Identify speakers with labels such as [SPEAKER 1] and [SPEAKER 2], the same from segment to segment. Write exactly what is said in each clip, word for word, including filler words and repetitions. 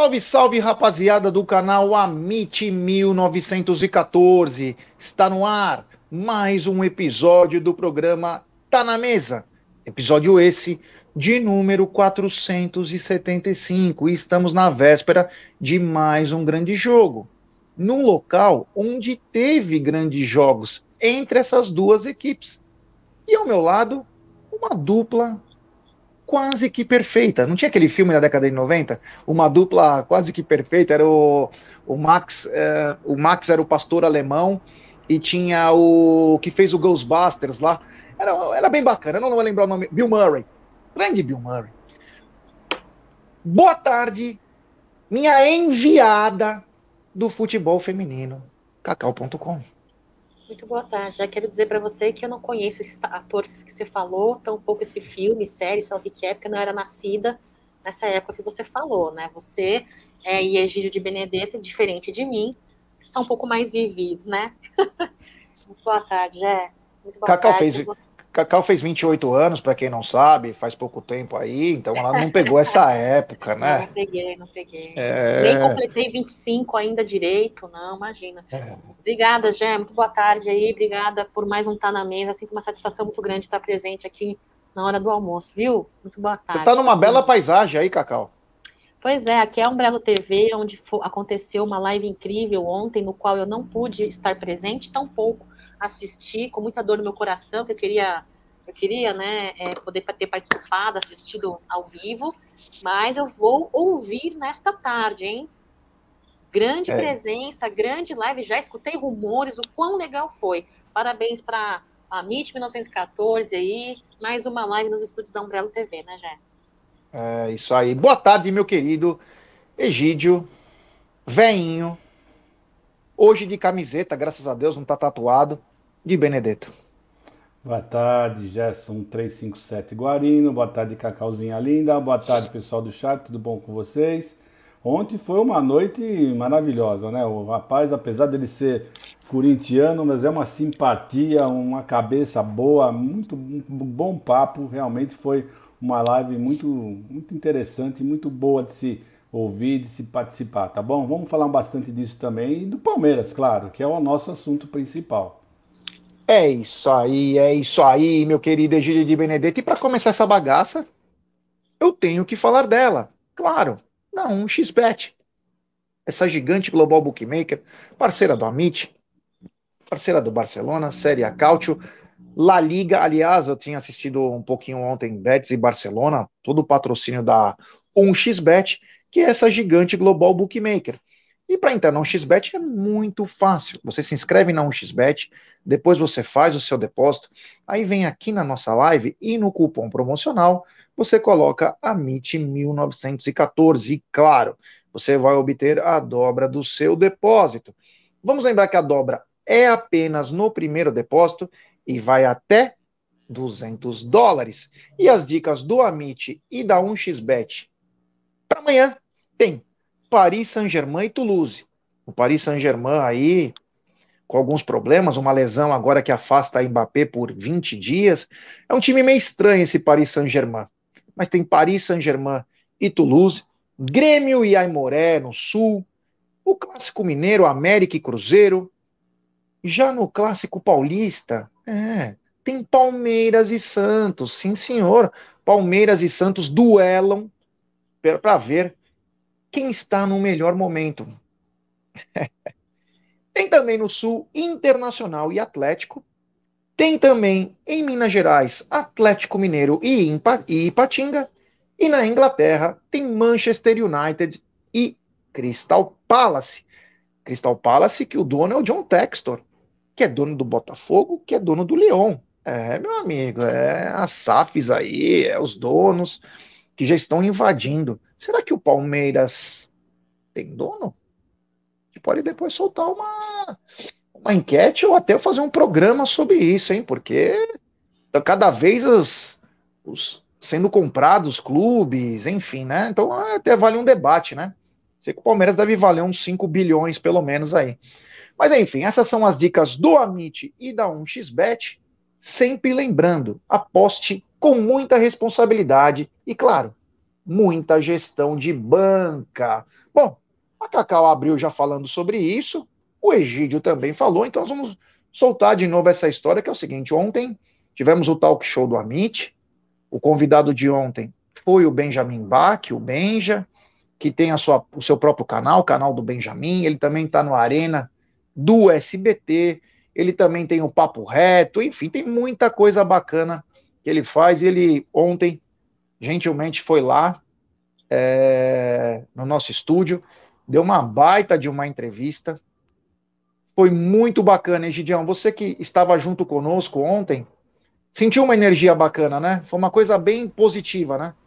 [SPEAKER 1] Salve, salve, rapaziada do canal Amit mil novecentos e quatorze. Está no ar mais um episódio do programa Tá na Mesa. Episódio esse de número quatrocentos e setenta e cinco. E estamos na véspera de mais um grande jogo. Num local onde teve grandes jogos entre essas duas equipes. E ao meu lado, uma dupla quase que perfeita. Não tinha aquele filme na década de noventa? Uma dupla quase que perfeita. Era o, o Max, é, o Max era o pastor alemão e tinha o que fez o Ghostbusters lá. Era, era bem bacana, eu não vou lembrar o nome. Bill Murray. Grande Bill Murray. Boa tarde, minha enviada do futebol feminino, cacau ponto com.
[SPEAKER 2] Muito boa tarde. Já quero dizer para você que eu não conheço esses atores que você falou, tampouco esse filme, série, sei lá o que é, porque eu não era nascida nessa época que você falou, né? Você é, e Egídio de Benedetto, diferente de mim, são um pouco mais vividos, né? Muito boa tarde, é. Muito boa
[SPEAKER 1] Cacau
[SPEAKER 2] tarde.
[SPEAKER 1] fez, Cacau fez vinte e oito anos, para quem não sabe, faz pouco tempo aí, então ela não pegou essa época,
[SPEAKER 2] Não,
[SPEAKER 1] né?
[SPEAKER 2] não peguei, não peguei. Nem
[SPEAKER 1] É...
[SPEAKER 2] completei vinte e cinco ainda direito, não, imagina.
[SPEAKER 1] É.
[SPEAKER 2] Obrigada, Gé, muito boa tarde aí, obrigada por mais um Tá na Mesa, sempre uma satisfação muito grande estar presente aqui na hora do almoço, viu? Muito boa
[SPEAKER 1] Você tá
[SPEAKER 2] tarde.
[SPEAKER 1] numa bela paisagem aí, Cacau.
[SPEAKER 2] Pois é, aqui é a Umbrello T V, onde aconteceu uma live incrível ontem, no qual eu não pude estar presente, tampouco assistir, com muita dor no meu coração, que eu queria, eu queria, né, é, poder ter participado, assistido ao vivo, mas eu vou ouvir nesta tarde, hein? Grande
[SPEAKER 1] É.
[SPEAKER 2] presença, grande live, já escutei rumores, o quão legal foi. Parabéns para a Amit mil novecentos e quatorze aí, mais uma live nos estúdios da Umbrello T V, né, Jé?
[SPEAKER 1] É isso aí. Boa tarde, meu querido Egídio, veinho, hoje de camiseta, graças a Deus, não tá tatuado, de Benedetto.
[SPEAKER 3] Boa tarde, Gerson trezentos e cinquenta e sete Guarino. Boa tarde, Cacauzinha linda. Boa tarde, pessoal do chat. Tudo bom com vocês? Ontem foi uma noite maravilhosa, né? O rapaz, apesar dele ser corintiano, mas é uma simpatia, uma cabeça boa, muito um bom papo. Realmente foi uma live muito, muito interessante, muito boa de se ouvir, de se participar, tá bom? Vamos falar bastante disso também e do Palmeiras, claro, que é o nosso assunto principal.
[SPEAKER 1] É isso aí, é isso aí, meu querido Egídio de Benedetto. E para começar essa bagaça, eu tenho que falar dela. Claro, não, um x bet. Essa gigante global bookmaker, parceira do Amit, parceira do Barcelona, Série A Cautio, La Liga. Aliás, eu tinha assistido um pouquinho ontem Betis e Barcelona, todo o patrocínio da um x bet, que é essa gigante global bookmaker. E para entrar na um x bet é muito fácil. Você se inscreve na um x bet, depois você faz o seu depósito, aí vem aqui na nossa live e no cupom promocional você coloca Amit mil novecentos e quatorze e claro, você vai obter a dobra do seu depósito. Vamos lembrar que a dobra é apenas no primeiro depósito e vai até duzentos dólares. E as dicas do Amit e da um x bet para amanhã tem Paris Saint-Germain e Toulouse. O Paris Saint-Germain aí com alguns problemas, uma lesão agora que afasta a Mbappé por vinte dias. É um time meio estranho esse Paris Saint-Germain. Mas tem Paris Saint-Germain e Toulouse, Grêmio e Aimoré no Sul, o Clássico Mineiro, América e Cruzeiro. Já no Clássico Paulista, é, tem Palmeiras e Santos, sim senhor. Palmeiras e Santos duelam para ver quem está no melhor momento. Tem também no Sul Internacional e Atlético. Tem também em Minas Gerais Atlético Mineiro e Ipatinga. E na Inglaterra tem Manchester United e Crystal Palace. Crystal Palace que o dono é o John Textor, que é dono do Botafogo, que é dono do Lyon. É, meu amigo, é as S A Fs aí, é os donos que já estão invadindo. Será que o Palmeiras tem dono? Que pode depois soltar uma, uma enquete ou até fazer um programa sobre isso, hein? Porque tá cada vez os, os sendo comprados clubes, enfim, né? Então até vale um debate, né? Sei que o Palmeiras deve valer uns cinco bilhões pelo menos aí. Mas enfim, essas são as dicas do Amit e da um x bet. Sempre lembrando, aposte com muita responsabilidade e, claro, muita gestão de banca. Bom, a Cacau abriu já falando sobre isso, o Egídio também falou, então nós vamos soltar de novo essa história, que é o seguinte: ontem tivemos o talk show do Amit, o convidado de ontem foi o Benjamin Bach, o Benja, que tem a sua, o seu próprio canal, o canal do Benjamin, ele também está no Arena do S B T, ele também tem o Papo Reto, enfim, tem muita coisa bacana que ele faz, e ele ontem, gentilmente, foi lá, é, no nosso estúdio, deu uma baita de uma entrevista, foi muito bacana, hein, Gidião? Você que estava junto conosco ontem, sentiu uma energia bacana, né? Foi uma coisa bem positiva, né?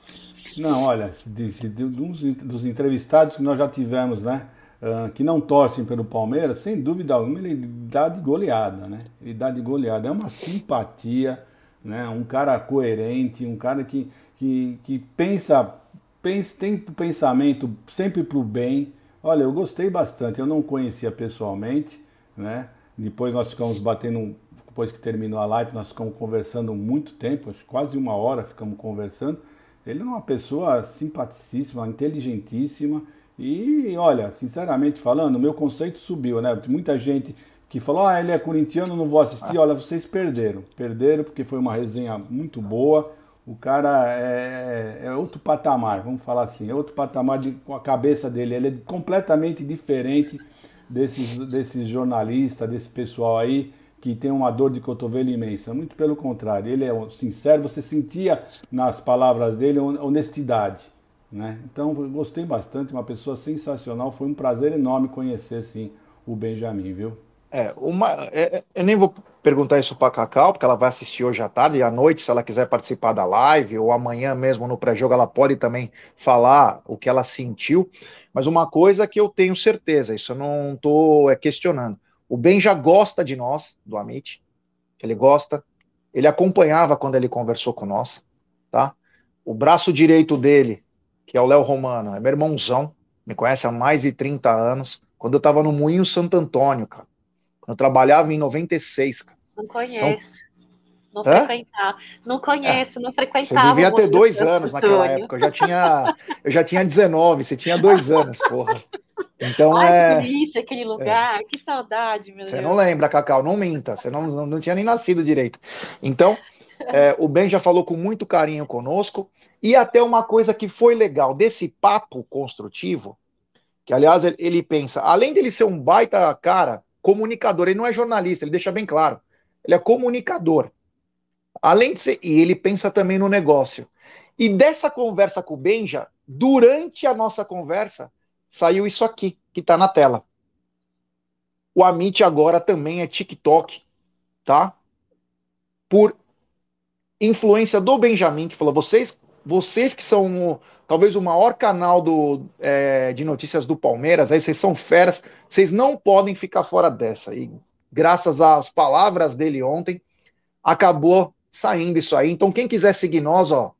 [SPEAKER 3] Não, olha, de, de, de, dos, dos entrevistados que nós já tivemos, né, uh, que não torcem pelo Palmeiras, sem dúvida alguma, ele dá de goleada, né? Ele dá de goleada. É uma simpatia, né? Um cara coerente, um cara que, que, que pensa, pensa, tem pensamento sempre pro bem. Olha, eu gostei bastante. Eu não o conhecia pessoalmente, né? Depois nós ficamos batendo, depois que terminou a live, nós ficamos conversando muito tempo, acho que quase uma hora ficamos conversando. Ele é uma pessoa simpaticíssima, inteligentíssima e, olha, sinceramente falando, o meu conceito subiu, né? Muita gente que falou, ah, ele é corintiano, não vou assistir. Olha, vocês perderam. Perderam porque foi uma resenha muito boa. O cara é, é outro patamar, vamos falar assim, é outro patamar de, com a cabeça dele. Ele é completamente diferente desses, desses jornalistas, desse pessoal aí que tem uma dor de cotovelo imensa. Muito pelo contrário, ele é sincero, você sentia nas palavras dele honestidade, né? Então, eu gostei bastante, uma pessoa sensacional, foi um prazer enorme conhecer, sim, o Benjamin, viu?
[SPEAKER 1] É, uma, é, eu nem vou perguntar isso para a Cacau, porque ela vai assistir hoje à tarde e à noite, se ela quiser participar da live, ou amanhã mesmo no pré-jogo, ela pode também falar o que ela sentiu. Mas uma coisa que eu tenho certeza, isso eu não estou questionando. O Ben já gosta de nós, do Amit, ele gosta, ele acompanhava quando ele conversou com nós, tá? O braço direito dele, que é o Léo Romano, é meu irmãozão, me conhece há mais de trinta anos, quando eu estava no Moinho Santo Antônio, cara. Eu trabalhava em noventa e seis, cara.
[SPEAKER 2] Não
[SPEAKER 1] Então,
[SPEAKER 2] conheço. Não
[SPEAKER 1] hã?
[SPEAKER 2] frequentava. Não
[SPEAKER 1] É,
[SPEAKER 2] conheço, não
[SPEAKER 1] você
[SPEAKER 2] frequentava o
[SPEAKER 1] devia ter
[SPEAKER 2] Moinho
[SPEAKER 1] dois
[SPEAKER 2] Santo
[SPEAKER 1] anos naquela
[SPEAKER 2] Antônio.
[SPEAKER 1] época. Eu já tinha, eu já tinha dezenove, você tinha dois anos, porra. Então
[SPEAKER 2] Ai, que
[SPEAKER 1] é,
[SPEAKER 2] delícia aquele
[SPEAKER 1] é.
[SPEAKER 2] lugar. Que saudade, meu
[SPEAKER 1] Você não
[SPEAKER 2] Deus.
[SPEAKER 1] lembra, Cacau? Não minta. Você não, não, não tinha nem nascido direito. Então, é, o Ben já falou com muito carinho conosco. E até uma coisa que foi legal desse papo construtivo, que aliás ele, ele pensa, além dele ser um baita cara, comunicador, ele não é jornalista, ele deixa bem claro. Ele é comunicador. Além de ser, e ele pensa também no negócio. E dessa conversa com o Benja, durante a nossa conversa, saiu isso aqui, que está na tela. O Amit agora também é TikTok, tá? Por influência do Benjamin, que falou: vocês, vocês que são o, talvez o maior canal do, é, de notícias do Palmeiras, aí vocês são feras, vocês não podem ficar fora dessa. E graças às palavras dele ontem, acabou saindo isso aí. Então, quem quiser seguir nós, ó,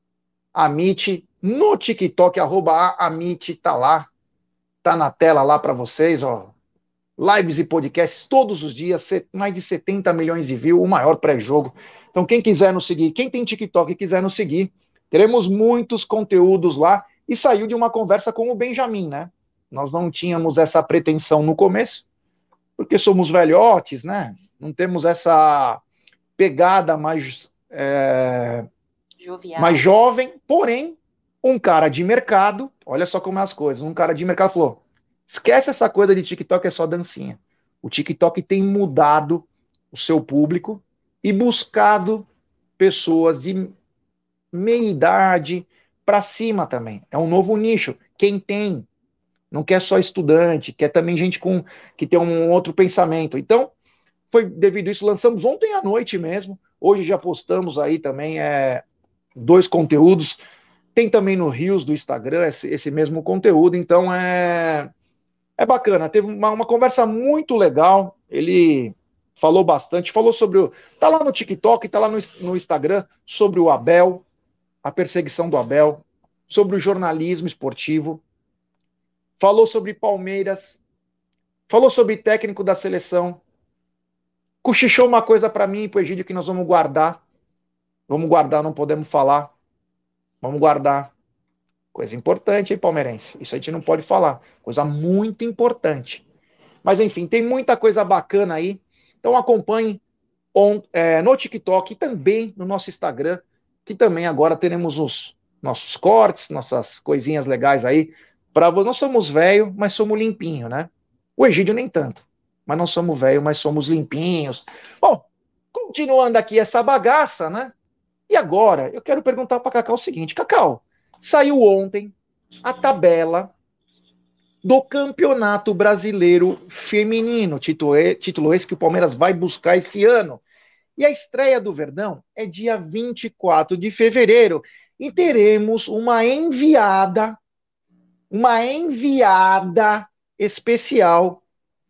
[SPEAKER 1] Amit no TikTok, arroba Amit, tá lá, tá na tela lá para vocês, ó. Lives e podcasts todos os dias, mais de setenta milhões de views, o maior pré-jogo. Então, quem quiser nos seguir, quem tem TikTok e quiser nos seguir, teremos muitos conteúdos lá. E saiu de uma conversa com o Benjamin, né? Nós não tínhamos essa pretensão no começo, porque somos velhotes, né? Não temos essa pegada mais, é, mais
[SPEAKER 2] Jovial.
[SPEAKER 1] jovem, porém, um cara de mercado, olha só como é as coisas, um cara de mercado falou: esquece essa coisa de TikTok, é só dancinha. O TikTok tem mudado o seu público e buscado pessoas de meia idade para cima também. É um novo nicho. Quem tem, não quer só estudante, quer também gente com que tem um outro pensamento. Então, foi devido a isso, lançamos ontem à noite mesmo. Hoje já postamos aí também é, dois conteúdos. Tem também no Reels do Instagram esse, esse mesmo conteúdo. Então, é é bacana, teve uma, uma conversa muito legal. Ele falou bastante, falou sobre o. Tá lá no TikTok, tá lá no, no Instagram, sobre o Abel, a perseguição do Abel, sobre o jornalismo esportivo, falou sobre Palmeiras, falou sobre técnico da seleção, cochichou uma coisa para mim e pro Egídio que nós vamos guardar. Vamos guardar, não podemos falar. Vamos guardar. Coisa importante, hein, palmeirense? Isso a gente não pode falar. Coisa muito importante. Mas enfim, tem muita coisa bacana aí. Então acompanhe on, é, no TikTok e também no nosso Instagram, que também agora teremos os nossos cortes, nossas coisinhas legais aí. Pra, nós somos velho, mas somos limpinho, né? O Egídio nem tanto. Mas não somos velho, mas somos limpinhos. Bom, continuando aqui essa bagaça, né? E agora, eu quero perguntar para Cacau o seguinte: Cacau, saiu ontem a tabela do Campeonato Brasileiro Feminino, título, título esse que o Palmeiras vai buscar esse ano. E a estreia do Verdão é dia vinte e quatro de fevereiro. E teremos uma enviada, uma enviada especial,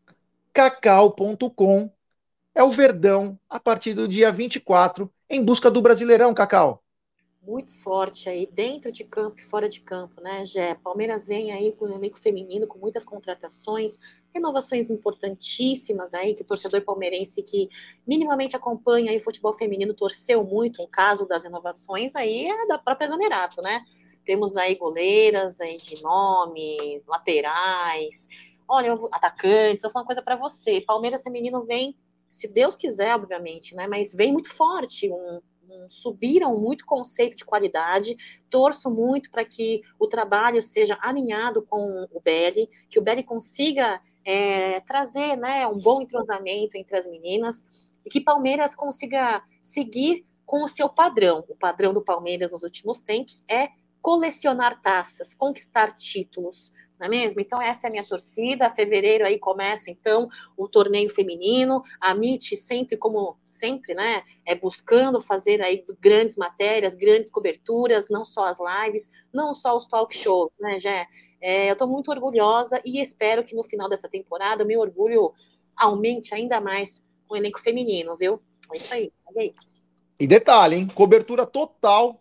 [SPEAKER 1] cacau ponto com. É o Verdão a partir do dia vinte e quatro, em busca do Brasileirão, Cacau.
[SPEAKER 2] Muito forte aí, dentro de campo e fora de campo, né, Gé? Palmeiras vem aí com o elenco feminino, com muitas contratações, renovações importantíssimas aí, que o torcedor palmeirense que minimamente acompanha aí o futebol feminino torceu muito, um caso das renovações aí é da própria Zanerato, né? Temos aí goleiras aí de nome, laterais, olha, atacantes, vou falar uma coisa para você, Palmeiras feminino vem, se Deus quiser, obviamente, né, mas vem muito forte, um subiram muito conceito de qualidade, torço muito para que o trabalho seja alinhado com o B E D, que o B E D consiga é, trazer, né, um bom entrosamento entre as meninas, e que Palmeiras consiga seguir com o seu padrão. O padrão do Palmeiras nos últimos tempos é colecionar taças, conquistar títulos, não é mesmo? Então essa é a minha torcida. Fevereiro aí começa então o torneio feminino, a M I T sempre como sempre, né, é buscando fazer aí grandes matérias, grandes coberturas, não só as lives, não só os talk shows, né, Jé? É, eu estou muito orgulhosa e espero que no final dessa temporada o meu orgulho aumente ainda mais com o elenco feminino, viu? É isso aí, olha aí.
[SPEAKER 1] E detalhe, hein? Cobertura total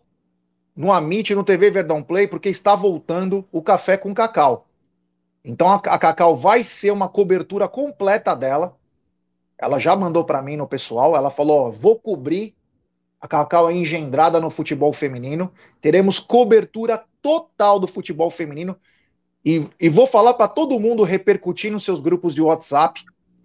[SPEAKER 1] no Amit, no T V Verdão Play, porque está voltando o Café com Cacau. Então a, a Cacau vai ser uma cobertura completa dela. Ela já mandou para mim no pessoal. Ela falou: ó, vou cobrir. A Cacau é engendrada no futebol feminino. Teremos cobertura total do futebol feminino. E, e vou falar para todo mundo repercutir nos seus grupos de WhatsApp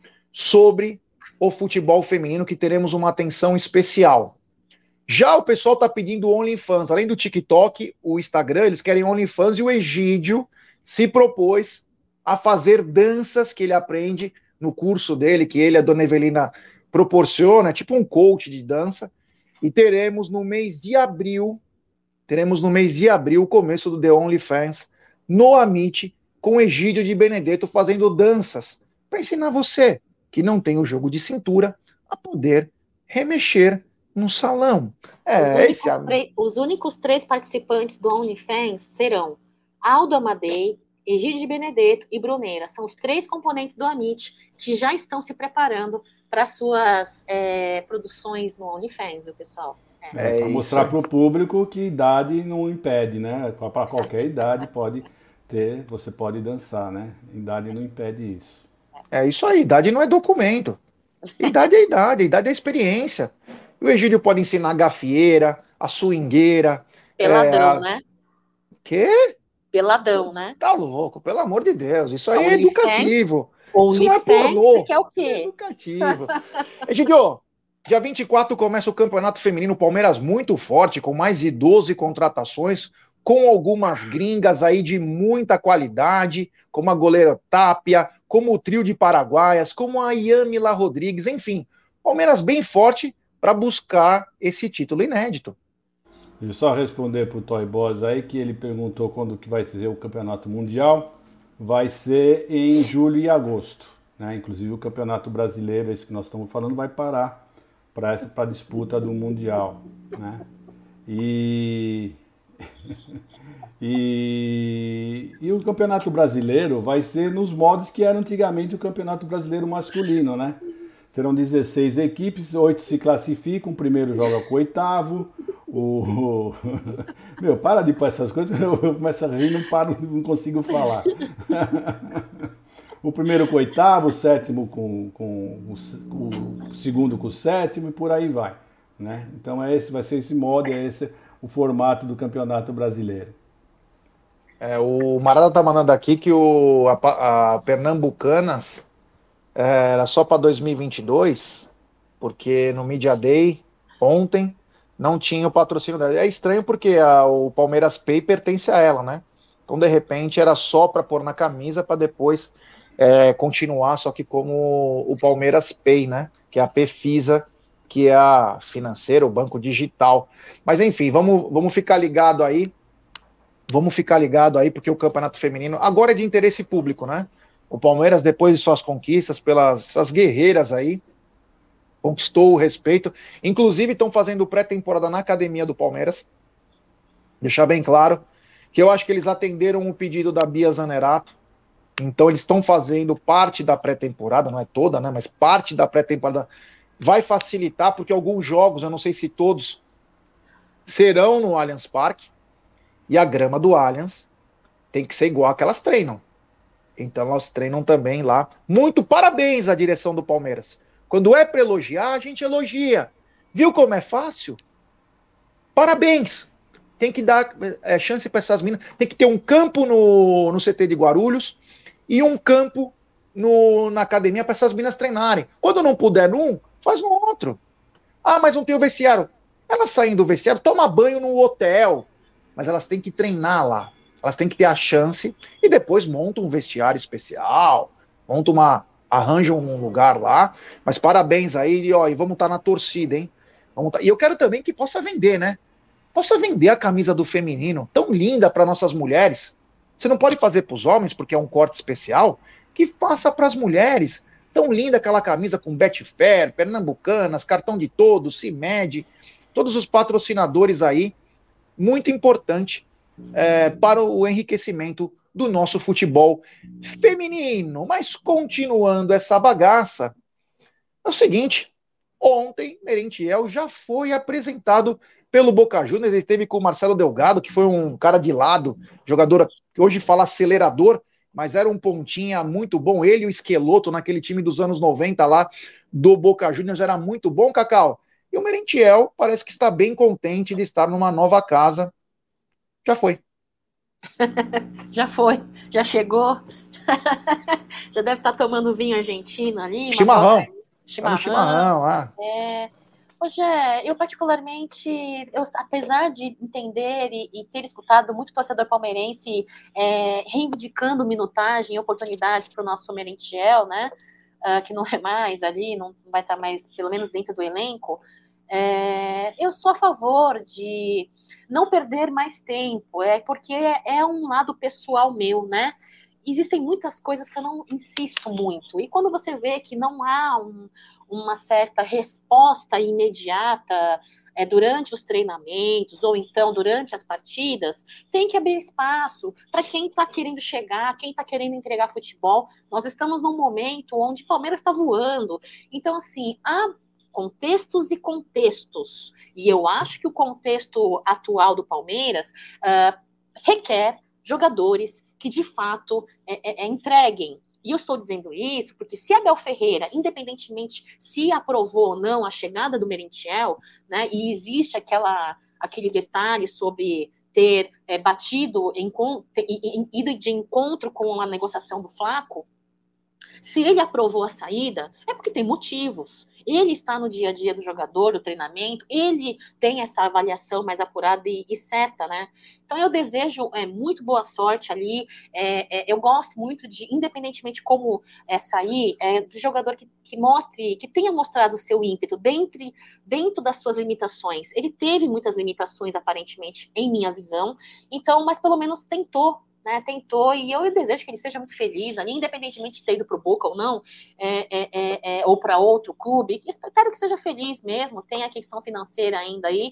[SPEAKER 1] sobre o futebol feminino, que teremos uma atenção especial. Já o pessoal está pedindo OnlyFans. Além do TikTok, o Instagram, eles querem OnlyFans, e o Egídio se propôs a fazer danças que ele aprende no curso dele, que ele, a Dona Evelina, proporciona, tipo um coach de dança. E teremos no mês de abril, teremos no mês de abril o começo do The OnlyFans no Amit, com o Egídio de Benedetto fazendo danças, para ensinar você, que não tem o jogo de cintura, a poder remexer no salão.
[SPEAKER 2] É, os, únicos
[SPEAKER 1] esse...
[SPEAKER 2] três, os únicos três participantes do OnlyFans serão Aldo Amadei, Egídio de Benedetto e Bruneira. São os três componentes do Amit que já estão se preparando para suas é, produções no OnlyFans, viu, pessoal?
[SPEAKER 3] É, é para mostrar para o público que idade não impede, né? Para qualquer idade pode ter, você pode dançar, né? Idade não impede isso.
[SPEAKER 1] É isso aí, idade não é documento. Idade é idade, idade é experiência. O Egídio pode ensinar a gafieira, a swingueira.
[SPEAKER 2] Peladão,
[SPEAKER 1] é, a...
[SPEAKER 2] né?
[SPEAKER 1] Quê?
[SPEAKER 2] Peladão, né?
[SPEAKER 1] Tá louco, pelo amor de Deus. Isso aí é educativo.
[SPEAKER 2] Only
[SPEAKER 1] Isso não é
[SPEAKER 2] fans,
[SPEAKER 1] pornô.
[SPEAKER 2] que é o quê?
[SPEAKER 1] É educativo. Egídio, dia vinte e quatro começa o Campeonato Feminino, Palmeiras muito forte, com mais de doze contratações, com algumas gringas aí de muita qualidade, como a goleira Tapia, como o trio de paraguaias, como a Yamila Rodrigues, enfim. Palmeiras bem forte para buscar esse título inédito.
[SPEAKER 3] Deixa eu só responder para o Toy Boss aí, que ele perguntou quando que vai ser o Campeonato Mundial. Vai ser em julho e agosto, né? Inclusive o Campeonato Brasileiro, esse que nós estamos falando, vai parar para a disputa do Mundial, né? E... e... e o Campeonato Brasileiro vai ser nos moldes que era antigamente o Campeonato Brasileiro masculino, né? Terão dezesseis equipes, oito se classificam, o primeiro joga com o oitavo. O... Meu, para de pôr essas coisas, eu começo a rir, não paro, não consigo falar. O primeiro com o oitavo, o sétimo com, com o, o segundo com o sétimo e por aí vai, né? Então é esse, vai ser esse modo, é esse o formato do Campeonato Brasileiro.
[SPEAKER 1] É, o Marada tá mandando aqui que o, a, Pa- a Pernambucanas é, era só para dois mil e vinte e dois, porque no Media Day, ontem, não tinha o patrocínio dela. É estranho porque a- o Palmeiras Pay pertence a ela, né? Então, de repente, era só para pôr na camisa para depois é, continuar, só que como o Palmeiras Pay, né? Que é a Pfisa, que é a financeira, o banco digital. Mas enfim, vamos, vamos ficar ligado aí. Vamos ficar ligado aí, porque o campeonato feminino agora é de interesse público, né? O Palmeiras, depois de suas conquistas, pelas as guerreiras aí, conquistou o respeito. Inclusive, estão fazendo pré-temporada na academia do Palmeiras. Deixar bem claro que eu acho que eles atenderam o pedido da Bia Zanerato. Então, eles estão fazendo parte da pré-temporada, não é toda, né? Mas parte da pré-temporada vai facilitar, porque alguns jogos, eu não sei se todos, serão no Allianz Parque. E a grama do Allianz tem que ser igual a que elas treinam. Então elas treinam também lá. Muito parabéns à direção do Palmeiras. Quando é para elogiar, a gente elogia. Viu como é fácil? Parabéns. Tem que dar é, chance para essas minas. Tem que ter um campo no, no C T de Guarulhos e um campo no, na academia para essas minas treinarem. Quando não puder num, faz no outro. Ah, mas não tem o vestiário. Elas saem do vestiário, toma banho no hotel. Mas elas têm que treinar lá. Elas têm que ter a chance e depois montam um vestiário especial, montam uma, arranjam um lugar lá. Mas parabéns aí, e, ó, e vamos estar na torcida, hein? Vamos tá... E eu quero também que possa vender, né? Possa vender a camisa do feminino, tão linda para nossas mulheres. Você não pode fazer para os homens porque é um corte especial, que faça para as mulheres. Tão linda aquela camisa com Betfair, Pernambucanas, cartão de todos, Cimed, todos os patrocinadores aí, muito importante é, para o enriquecimento do nosso futebol feminino. Mas continuando essa bagaça, é o seguinte: ontem Merentiel já foi apresentado pelo Boca Juniors. Ele esteve com o Marcelo Delgado, que foi um cara de lado, jogador que hoje fala acelerador, mas era um pontinha muito bom. Ele e o Esqueloto naquele time dos anos noventa lá do Boca Juniors era muito bom, Cacau. E o Merentiel parece que está bem contente de estar numa nova casa. Já foi.
[SPEAKER 2] Já foi, já chegou, já deve estar tomando vinho argentino ali, uma boa
[SPEAKER 1] Chimarrão.
[SPEAKER 2] carne,
[SPEAKER 1] Tá no
[SPEAKER 2] chimarrão.
[SPEAKER 1] chimarrão, ah.
[SPEAKER 2] É, hoje, eu particularmente, eu, apesar de entender e, e ter escutado muito torcedor palmeirense é, reivindicando minutagem e oportunidades para o nosso Merentiel, né? Uh, que não é mais ali, não vai estar mais, pelo menos dentro do elenco, é, eu sou a favor de não perder mais tempo, é porque é, é um lado pessoal meu, né? Existem muitas coisas que eu não insisto muito. E quando você vê que não há um, uma certa resposta imediata é, durante os treinamentos ou então durante as partidas, tem que abrir espaço para quem está querendo chegar, quem está querendo entregar futebol. Nós estamos num momento onde o Palmeiras está voando. Então, assim, há contextos e contextos. E eu acho que o contexto atual do Palmeiras uh, requer jogadores que de fato é, é, é, entreguem. E eu estou dizendo isso porque se Abel Ferreira, independentemente se aprovou ou não a chegada do Merentiel, né, e existe aquela, aquele detalhe sobre ter é, batido, em, ter, ido de encontro com a negociação do Flaco, se ele aprovou a saída, é porque tem motivos. Ele está no dia a dia do jogador, do treinamento, ele tem essa avaliação mais apurada e, e certa, né? Então eu desejo é, muito boa sorte ali. É, é, eu gosto muito de, independentemente como é, sair, é, do jogador que, que mostre, que tenha mostrado o seu ímpeto dentro, dentro das suas limitações. Ele teve muitas limitações, aparentemente, em minha visão, então, mas pelo menos tentou. Né, tentou, e eu desejo que ele seja muito feliz ali, independentemente de ter ido para o Boca ou não, é, é, é, é, ou para outro clube, que espero que seja feliz mesmo, tem a questão financeira ainda aí,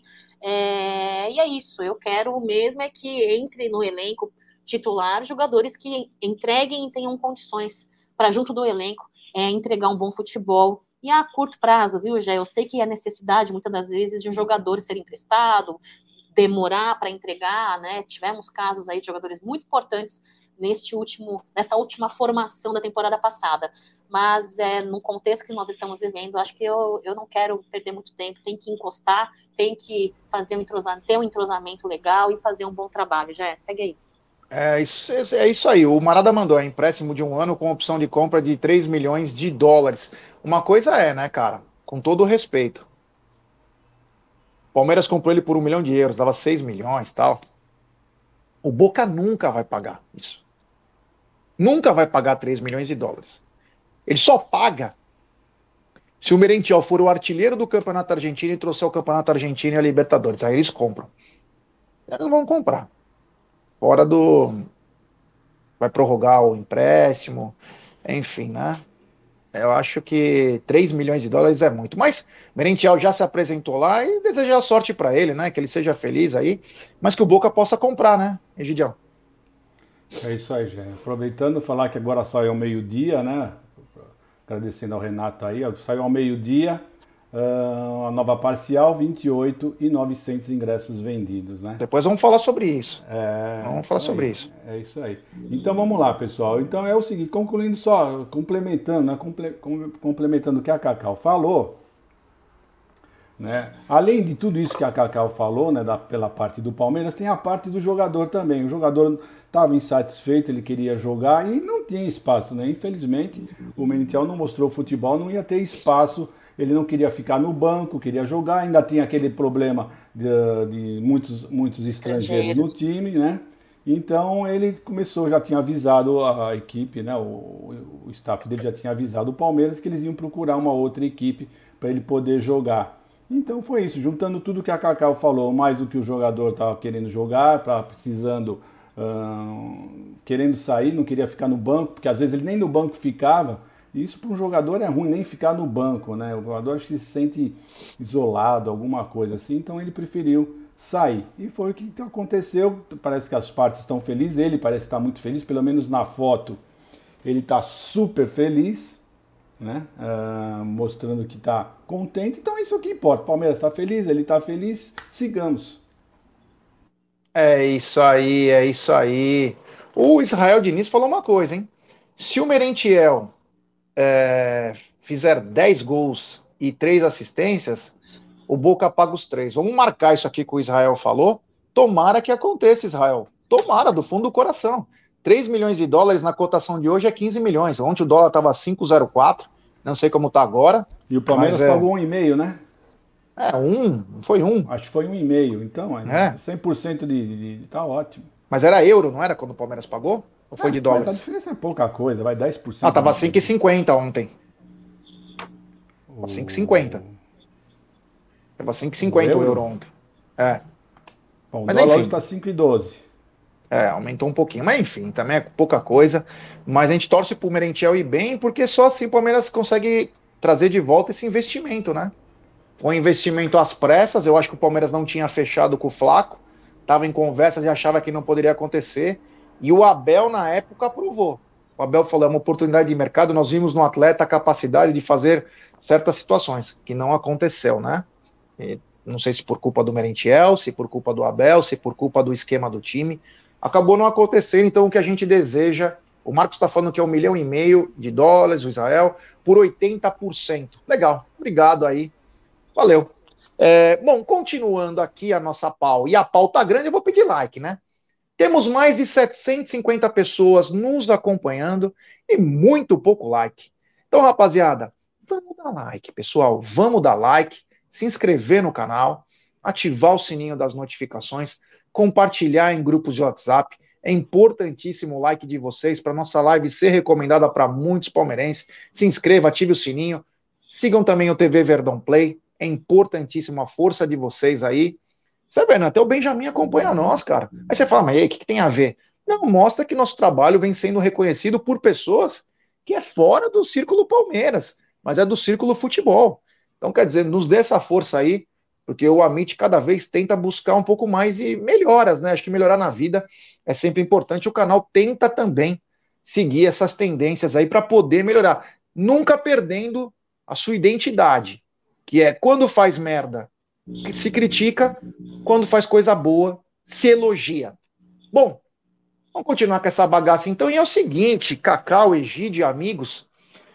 [SPEAKER 2] é, e é isso, eu quero mesmo é que entre no elenco titular jogadores que entreguem e tenham condições para junto do elenco é, entregar um bom futebol, e a curto prazo, viu, Jé? Eu sei que a necessidade, muitas das vezes, de um jogador ser emprestado, demorar para entregar, né? Tivemos casos aí de jogadores muito importantes neste último, nesta última formação da temporada passada. Mas é, no contexto que nós estamos vivendo, acho que eu, eu não quero perder muito tempo. Tem que encostar, tem que fazer um entrosamento, ter um entrosamento legal e fazer um bom trabalho. Já segue aí.
[SPEAKER 1] É isso, é isso aí. O Marada mandou é empréstimo de um ano com opção de compra de três milhões de dólares. Uma coisa é, né, cara? Com todo o respeito. O Palmeiras comprou ele por um milhão de euros, dava seis milhões e tal. O Boca nunca vai pagar isso. Nunca vai pagar três milhões de dólares. Ele só paga se o Merentiel for o artilheiro do Campeonato Argentino e trouxer o Campeonato Argentino e a Libertadores. Aí eles compram. Eles não vão comprar. Fora do. Vai prorrogar o empréstimo. Enfim, né? Eu acho que três milhões de dólares é muito. Mas Merentiel já se apresentou lá e desejar sorte para ele, né? Que ele seja feliz aí. Mas que o Boca possa comprar, né, Egidião?
[SPEAKER 3] É isso aí, gente. Aproveitando falar que agora saiu ao meio-dia, né? Agradecendo ao Renato aí, ó, saiu ao meio-dia, uh, a nova parcial, vinte e oito e novecentos ingressos vendidos, né?
[SPEAKER 1] Depois vamos falar sobre isso.
[SPEAKER 3] É,
[SPEAKER 1] Vamos falar
[SPEAKER 3] isso
[SPEAKER 1] sobre
[SPEAKER 3] aí,
[SPEAKER 1] isso.
[SPEAKER 3] é isso aí. Então vamos lá, pessoal. Então é o seguinte, concluindo só, complementando, né? Comple, complementando o que a Cacau falou, né? Além de tudo isso que a Cacau falou, né, da, pela parte do Palmeiras, tem a parte do jogador também. O jogador estava insatisfeito, ele queria jogar e não tinha espaço, né? Infelizmente, o Merentiel não mostrou futebol, não ia ter espaço. Ele não queria ficar no banco, queria jogar. Ainda tinha aquele problema de, de muitos, muitos estrangeiros no time, né? Então ele começou, já tinha avisado a equipe, né? O, o staff dele já tinha avisado o Palmeiras que eles iam procurar uma outra equipe para ele poder jogar. Então foi isso, juntando tudo que a Cacau falou, mais do que o jogador estava querendo jogar, estava precisando, hum, querendo sair, não queria ficar no banco, porque às vezes ele nem no banco ficava. E isso para um jogador é ruim, nem ficar no banco, né? O jogador se sente isolado, alguma coisa assim, então ele preferiu sair. E foi o que aconteceu, parece que as partes estão felizes, ele parece estar muito feliz, pelo menos na foto ele está super feliz, né? Uh, mostrando que está contente, então isso que importa. O Palmeiras está feliz, ele está feliz, sigamos.
[SPEAKER 1] É isso aí, é isso aí. O Israel Diniz falou uma coisa, hein? Se o Merentiel é, fizer dez gols e três assistências, o Boca paga os três. Vamos marcar isso aqui que o Israel falou. Tomara que aconteça, Israel. Tomara, do fundo do coração. três milhões de dólares na cotação de hoje é quinze milhões. Ontem o dólar estava cinco vírgula zero quatro. Não sei como está agora.
[SPEAKER 3] E o Palmeiras
[SPEAKER 1] é,
[SPEAKER 3] pagou um e meio, né?
[SPEAKER 1] É, um, foi um.
[SPEAKER 3] Acho que foi um e meio, então
[SPEAKER 1] É.
[SPEAKER 3] cem por cento de, de, de tá ótimo.
[SPEAKER 1] Mas era euro, não era quando o Palmeiras pagou? Ou foi
[SPEAKER 3] Ah,
[SPEAKER 1] de dólares?
[SPEAKER 3] mas a diferença é pouca coisa, vai dez por cento.
[SPEAKER 1] Ah, tava cinco e cinquenta ontem. Tava cinco e cinquenta. Tava cinco e cinquenta o, o euro ontem. É.
[SPEAKER 3] Bom,
[SPEAKER 1] mas
[SPEAKER 3] o dólar
[SPEAKER 1] enfim.
[SPEAKER 3] está cinco e doze.
[SPEAKER 1] É, aumentou um pouquinho. Mas enfim, também é pouca coisa. Mas a gente torce pro Merentiel ir bem, porque só assim o Palmeiras consegue trazer de volta esse investimento, né? Foi um investimento às pressas. Eu acho que o Palmeiras não tinha fechado com o Flaco. Estava em conversas e achava que não poderia acontecer. E o Abel, na época, aprovou. O Abel falou, é uma oportunidade de mercado. Nós vimos no atleta a capacidade de fazer certas situações, que não aconteceu, né? E não sei se por culpa do Merentiel, se por culpa do Abel, se por culpa do esquema do time. Acabou não acontecendo, então o que a gente deseja... O Marcos está falando que é um milhão e meio de dólares, o Israel, por oitenta por cento. Legal, obrigado aí. Valeu. É, bom, continuando aqui a nossa pau, e a pau tá grande, eu vou pedir like, né? Temos mais de setecentas e cinquenta pessoas nos acompanhando e muito pouco like. Então, rapaziada, vamos dar like, pessoal. Vamos dar like, se inscrever no canal, ativar o sininho das notificações, compartilhar em grupos de WhatsApp. É importantíssimo o like de vocês para nossa live ser recomendada para muitos palmeirenses. Se inscreva, ative o sininho. Sigam também o T V Verdão Play. É importantíssimo a força de vocês aí. Você vê, até o Benjamin acompanha nós, cara. Aí você fala, mas aí, o que, que tem a ver? Não, mostra que nosso trabalho vem sendo reconhecido por pessoas que é fora do círculo Palmeiras, mas é do círculo futebol. Então, quer dizer, nos dê essa força aí, porque o Amit cada vez tenta buscar um pouco mais de melhoras, né? Acho que melhorar na vida é sempre importante. O canal tenta também seguir essas tendências aí para poder melhorar, nunca perdendo a sua identidade, que é quando faz merda, se critica, quando faz coisa boa, se elogia. Bom, vamos continuar com essa bagaça então. E é o seguinte, Cacau, Egídio, amigos,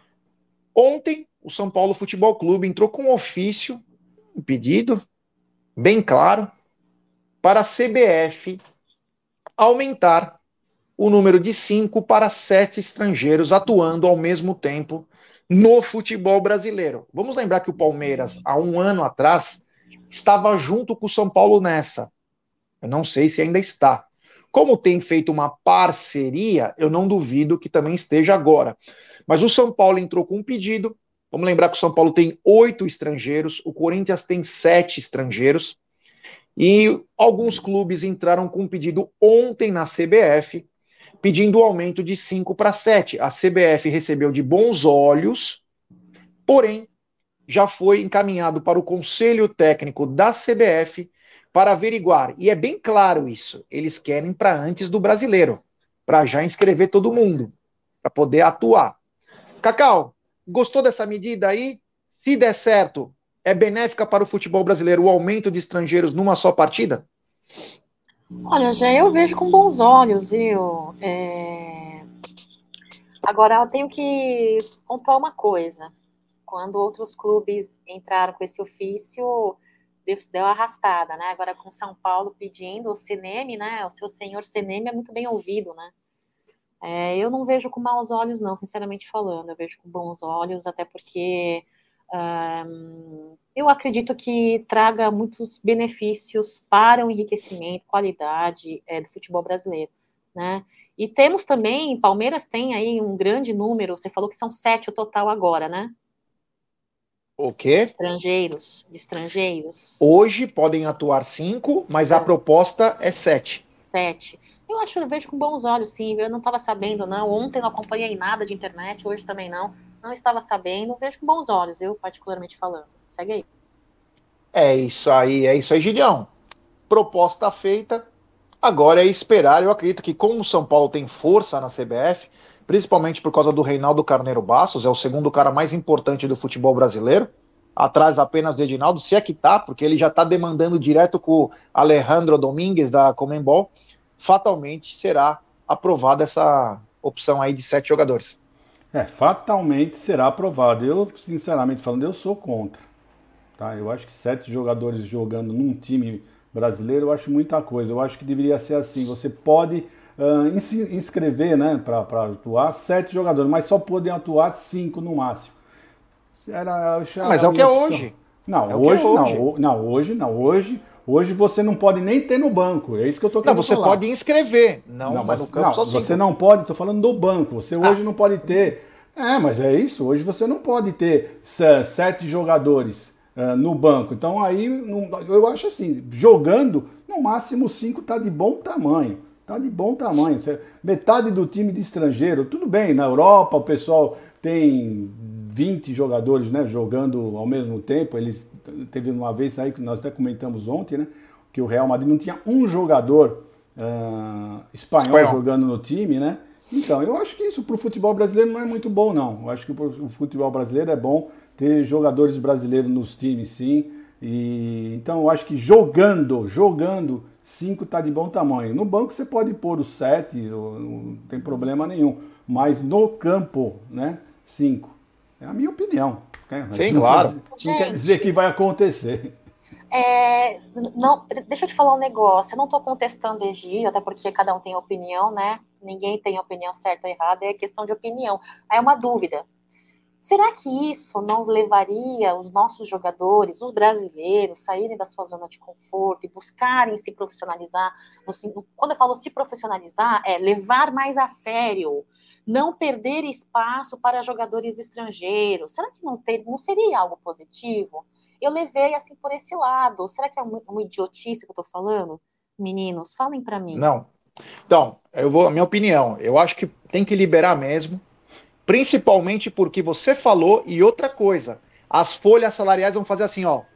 [SPEAKER 1] ontem o São Paulo Futebol Clube entrou com um ofício, um pedido, bem claro, para a C B F aumentar o número de cinco para sete estrangeiros atuando ao mesmo tempo no futebol brasileiro. Vamos lembrar que o Palmeiras, há um ano atrás, estava junto com o São Paulo nessa. Eu não sei se ainda está. Como tem feito uma parceria, eu não duvido que também esteja agora. Mas o São Paulo entrou com um pedido. Vamos lembrar que o São Paulo tem oito estrangeiros, o Corinthians tem sete estrangeiros. E alguns clubes entraram com um pedido ontem na C B F, pedindo o aumento de cinco para sete. A C B F recebeu de bons olhos, porém, já foi encaminhado para o Conselho Técnico da C B F para averiguar. E é bem claro isso. Eles querem para antes do brasileiro, para já inscrever todo mundo, para poder atuar. Cacau, gostou dessa medida aí? Se der certo, é benéfica para o futebol brasileiro o aumento de estrangeiros numa só partida?
[SPEAKER 2] Olha, já eu vejo com bons olhos, viu? É... Agora, eu tenho que pontuar uma coisa. Quando outros clubes entraram com esse ofício, deu arrastada, né? Agora com São Paulo pedindo, o Seneme, né? O seu senhor Seneme é muito bem ouvido, né? É, eu não vejo com maus olhos, não, sinceramente falando. Eu vejo com bons olhos, até porque um, eu acredito que traga muitos benefícios para o enriquecimento, qualidade é, do futebol brasileiro, né? E temos também, Palmeiras tem aí um grande número, você falou que são sete o total agora, né?
[SPEAKER 1] O quê?
[SPEAKER 2] Estrangeiros, de estrangeiros.
[SPEAKER 1] Hoje podem atuar cinco, mas
[SPEAKER 2] é.
[SPEAKER 1] a proposta é sete.
[SPEAKER 2] Sete. Eu acho, eu vejo com bons olhos, sim. Eu não estava sabendo, não. Ontem não acompanhei nada de internet, hoje também não. Não estava sabendo. Vejo com bons olhos, eu particularmente falando. Segue aí.
[SPEAKER 1] É isso aí, é isso aí, Gideão. Proposta feita. Agora é esperar. Eu acredito que como o São Paulo tem força na C B F, principalmente por causa do Reinaldo Carneiro Bastos, é o segundo cara mais importante do futebol brasileiro, atrás apenas do Edinaldo, se é que tá, porque ele já está demandando direto com o Alejandro Domingues da Conmebol, fatalmente será aprovada essa opção aí de sete jogadores.
[SPEAKER 3] É, fatalmente será aprovado. Eu, sinceramente falando, eu sou contra. Tá? Eu acho que sete jogadores jogando num time brasileiro, eu acho muita coisa. Eu acho que deveria ser assim, você pode uh, inscrever, né, para atuar sete jogadores, mas só podem atuar cinco no máximo. Era,
[SPEAKER 1] mas é o que é hoje.
[SPEAKER 3] Não,
[SPEAKER 1] é
[SPEAKER 3] hoje,
[SPEAKER 1] é hoje
[SPEAKER 3] não, não, hoje não, hoje, hoje você não pode nem ter no banco, é isso que eu tô querendo
[SPEAKER 1] Não, você
[SPEAKER 3] falar.
[SPEAKER 1] pode inscrever, não,
[SPEAKER 3] não
[SPEAKER 1] mas
[SPEAKER 3] mas,
[SPEAKER 1] no campo
[SPEAKER 3] não,
[SPEAKER 1] só
[SPEAKER 3] você
[SPEAKER 1] cinco.
[SPEAKER 3] não pode, tô falando do banco, você
[SPEAKER 1] ah.
[SPEAKER 3] hoje não pode ter, é, mas é isso, hoje você não pode ter sete jogadores uh, no banco, então aí, não, eu acho assim, jogando, no máximo cinco tá de bom tamanho, tá de bom tamanho, metade do time de estrangeiro, tudo bem, na Europa o pessoal tem vinte jogadores, né, jogando ao mesmo tempo. Eles teve uma vez aí que nós até comentamos ontem, né, que o Real Madrid não tinha um jogador uh, espanhol, espanhol jogando no time, né? Então, eu acho que isso para o futebol brasileiro não é muito bom, não. Eu acho que o futebol brasileiro é bom ter jogadores brasileiros nos times, sim. E então eu acho que jogando, jogando, cinco tá de bom tamanho. No banco você pode pôr os sete, não tem problema nenhum. Mas no campo, né, cinco. É a minha opinião.
[SPEAKER 1] Sim, não claro.
[SPEAKER 3] Quer, não quer dizer que vai acontecer.
[SPEAKER 2] É, não, deixa eu te falar um negócio. Eu não estou contestando o Egídio, até porque cada um tem opinião, né? Ninguém tem opinião certa ou errada, é questão de opinião. É uma dúvida. Será que isso não levaria os nossos jogadores, os brasileiros, saírem da sua zona de conforto e buscarem se profissionalizar? Quando eu falo se profissionalizar, é levar mais a sério, não perder espaço para jogadores estrangeiros. Será que não, ter, não seria algo positivo? Eu levei assim por esse lado. Será que é uma, uma idiotice que eu estou falando? Meninos, falem para mim.
[SPEAKER 1] Não. Então, eu vou, a minha opinião, eu acho que tem que liberar mesmo. Principalmente porque você falou, e outra coisa, as folhas salariais vão fazer assim, ó.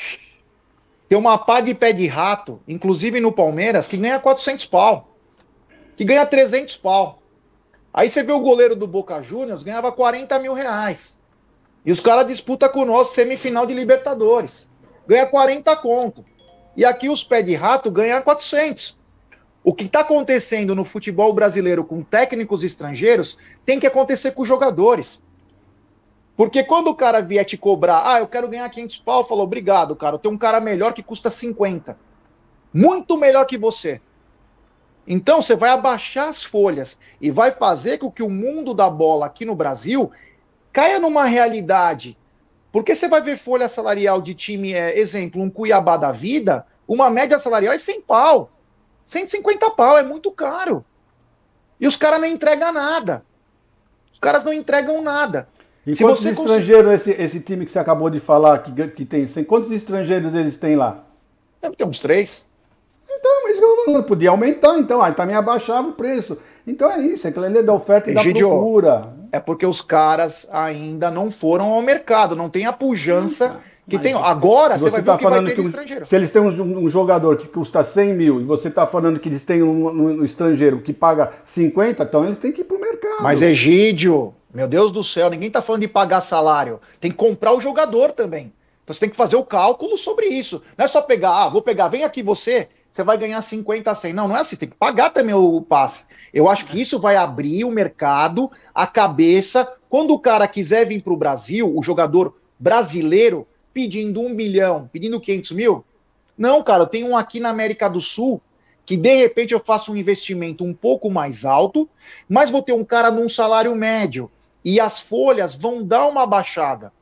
[SPEAKER 1] Tem uma pá de pé de rato, inclusive no Palmeiras, que ganha quatrocentos pau. Que ganha trezentos pau. Aí você vê o goleiro do Boca Juniors, ganhava quarenta mil reais. E os caras disputam com nós semifinal de Libertadores. Ganha quarenta conto. E aqui os pé de rato ganham quatrocentos. O que está acontecendo no futebol brasileiro com técnicos estrangeiros tem que acontecer com os jogadores. Porque quando o cara vier te cobrar, ah, eu quero ganhar quinhentos pau, falou, obrigado, cara, eu tenho um cara melhor que custa cinquenta. Muito melhor que você. Então você vai abaixar as folhas e vai fazer com que o mundo da bola aqui no Brasil caia numa realidade. Porque você vai ver folha salarial de time, é, exemplo, um Cuiabá da vida, uma média salarial é cem pau. cento e cinquenta pau, é muito caro. E os caras não entregam nada. Os caras não entregam nada.
[SPEAKER 3] E
[SPEAKER 1] Se
[SPEAKER 3] quantos
[SPEAKER 1] você
[SPEAKER 3] estrangeiros conseguir... esse, esse time que você acabou de falar que, que tem? Quantos estrangeiros eles têm lá?
[SPEAKER 1] Deve ter uns três.
[SPEAKER 3] Então, mas eu falando, podia aumentar, então, aí também abaixava o preço. Então é isso, é aquela lei da oferta e
[SPEAKER 1] Egidio,
[SPEAKER 3] da procura.
[SPEAKER 1] É porque os caras ainda não foram ao mercado, não tem a pujança que tem. Agora
[SPEAKER 3] você, você vai tá ver falando que, que um, estrangeiro. Se eles têm um, um jogador que custa cem mil e você está falando que eles têm um, um, um estrangeiro que paga cinquenta, então eles têm que ir para o mercado.
[SPEAKER 1] Mas Egídio, meu Deus do céu, ninguém está falando de pagar salário. Tem que comprar o jogador também. Então você tem que fazer o cálculo sobre isso. Não é só pegar, ah, vou pegar, vem aqui você, você vai ganhar cinquenta, cem. Não, não é assim, tem que pagar também o passe. Eu acho que isso vai abrir o mercado, a cabeça. Quando o cara quiser vir para o Brasil, o jogador brasileiro, pedindo um bilhão, pedindo quinhentos mil, não, cara, eu tenho um aqui na América do Sul, que de repente eu faço um investimento um pouco mais alto, mas vou ter um cara num salário médio, e as folhas vão dar uma baixada.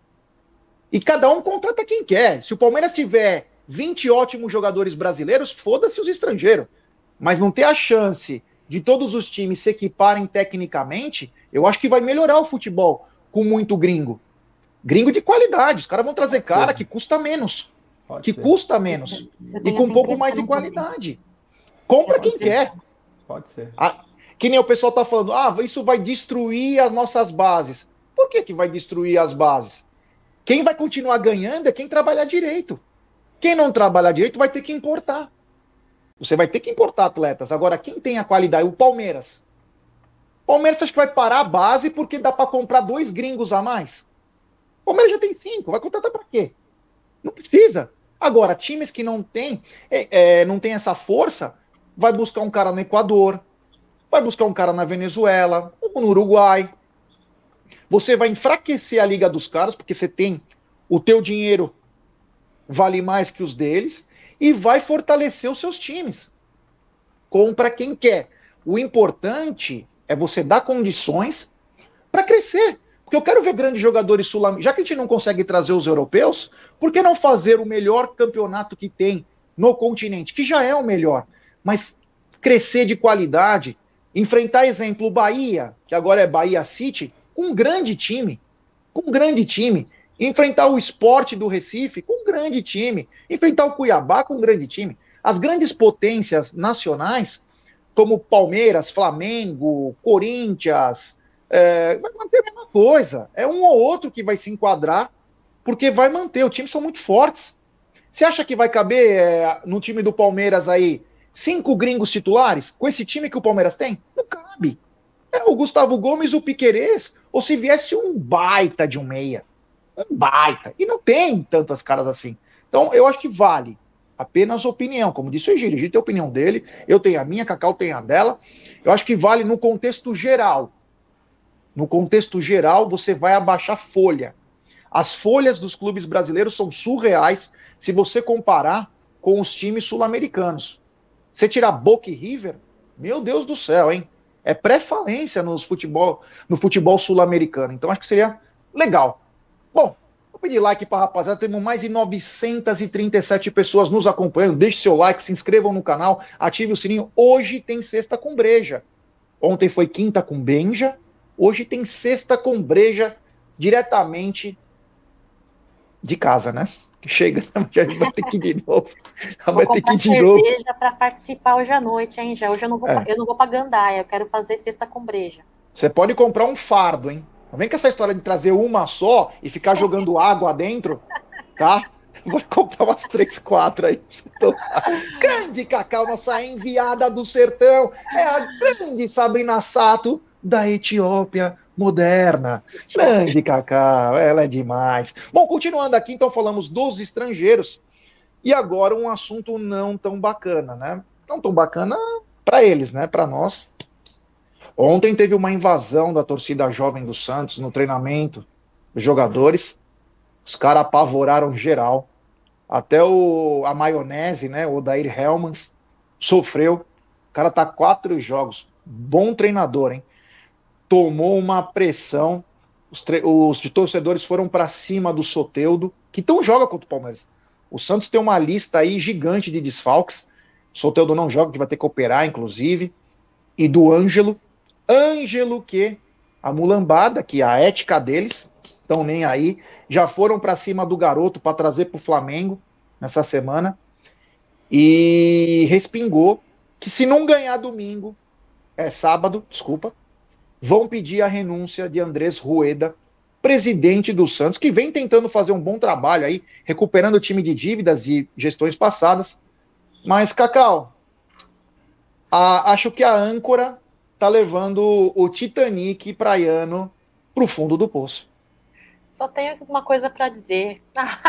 [SPEAKER 1] E cada um contrata quem quer. Se o Palmeiras tiver vinte ótimos jogadores brasileiros, foda-se os estrangeiros. Mas não ter a chance de todos os times se equiparem tecnicamente, eu acho que vai melhorar o futebol com muito gringo. Gringo de qualidade. Os caras vão trazer cara que custa menos. Pode que ser. custa menos. E com um pouco mais de qualidade. Também. Compra quem ser. quer.
[SPEAKER 3] Pode ser.
[SPEAKER 1] Ah, que nem o pessoal tá falando, ah, isso vai destruir as nossas bases. Por que que vai destruir as bases? Quem vai continuar ganhando é quem trabalhar direito. Quem não trabalhar direito vai ter que importar. Você vai ter que importar atletas. Agora, quem tem a qualidade? O Palmeiras. O Palmeiras acha que vai parar a base porque dá para comprar dois gringos a mais? O Palmeiras já tem cinco. Vai contratar para quê? Não precisa. Agora, times que não têm é, é, não tem essa força, vai buscar um cara no Equador, vai buscar um cara na Venezuela, ou no Uruguai. Você vai enfraquecer a liga dos caras, porque você tem o teu dinheiro vale mais que os deles, e vai fortalecer os seus times. Compra quem quer. O importante é você dar condições para crescer. Porque eu quero ver grandes jogadores sul-americanos. Já que a gente não consegue trazer os europeus, por que não fazer o melhor campeonato que tem no continente? Que já é o melhor. Mas crescer de qualidade, enfrentar, exemplo, o Bahia, que agora é Bahia City, com um grande time. Com um grande time. Enfrentar o Sport do Recife com um grande time. Enfrentar o Cuiabá com um grande time. As grandes potências nacionais, como Palmeiras, Flamengo, Corinthians, é, vai manter a mesma coisa. É um ou outro que vai se enquadrar, porque vai manter. Os times são muito fortes. Você acha que vai caber é, no time do Palmeiras aí cinco gringos titulares? Com esse time que o Palmeiras tem? Não cabe. É o Gustavo Gomes, o Piquerez, ou se viesse um baita de um meia. Um baita. E não tem tantas caras assim. Então, eu acho que vale apenas opinião. Como disse o Egílio, o Egílio tem a opinião dele, eu tenho a minha, a Cacau tem a dela. Eu acho que vale no contexto geral. No contexto geral, você vai abaixar folha. As folhas dos clubes brasileiros são surreais se você comparar com os times sul-americanos. Você tirar Boca e River, meu Deus do céu, hein? É pré-falência nos futebol, no futebol sul-americano. Então, acho que seria legal. Bom, vou pedir like para a rapaziada. Temos mais de novecentas e trinta e sete pessoas nos acompanhando. Deixe seu like, se inscrevam no canal, ative o sininho. Hoje tem sexta com breja. Ontem foi quinta com Benja. Hoje tem sexta com breja diretamente de casa, né? Chega, já vai ter que ir de novo.
[SPEAKER 2] Vou vai ter que ir de novo. Cerveja para participar hoje à noite, hein, já. Hoje eu não vou, é. eu não vou para Gandaia, eu quero fazer sexta com breja.
[SPEAKER 1] Você pode comprar um fardo, hein? Não vem com essa história de trazer uma só e ficar jogando água dentro, tá? Vou comprar umas três, quatro aí pra você tomar. Grande Cacau, nossa enviada do sertão. É a grande Sabrina Sato da Etiópia moderna. Grande Cacau, ela é demais. Bom, continuando aqui, então falamos dos estrangeiros. E agora um assunto não tão bacana, né? Não tão bacana para eles, né? Para nós. Ontem teve uma invasão da torcida jovem do Santos no treinamento dos jogadores. Os caras apavoraram geral. Até o, a maionese, né? O Odair Helmans sofreu. O cara tá quatro jogos. Bom treinador, hein? Tomou uma pressão. Os, os de torcedores foram para cima do Soteldo, que então joga contra o Palmeiras. O Santos tem uma lista aí gigante de desfalques. O Soteldo não joga, que vai ter que operar, inclusive. E do Ângelo. Ângelo, que a mulambada, que é a ética deles, estão nem aí. Já foram para cima do garoto para trazer para o Flamengo nessa semana. E respingou que se não ganhar domingo, é sábado, desculpa, vão pedir a renúncia de Andrés Rueda, presidente do Santos, que vem tentando fazer um bom trabalho aí, recuperando o time de dívidas e gestões passadas. Mas, Cacau, a, acho que a âncora tá levando o Titanic praiano pro fundo do poço.
[SPEAKER 2] Só tenho uma coisa para dizer.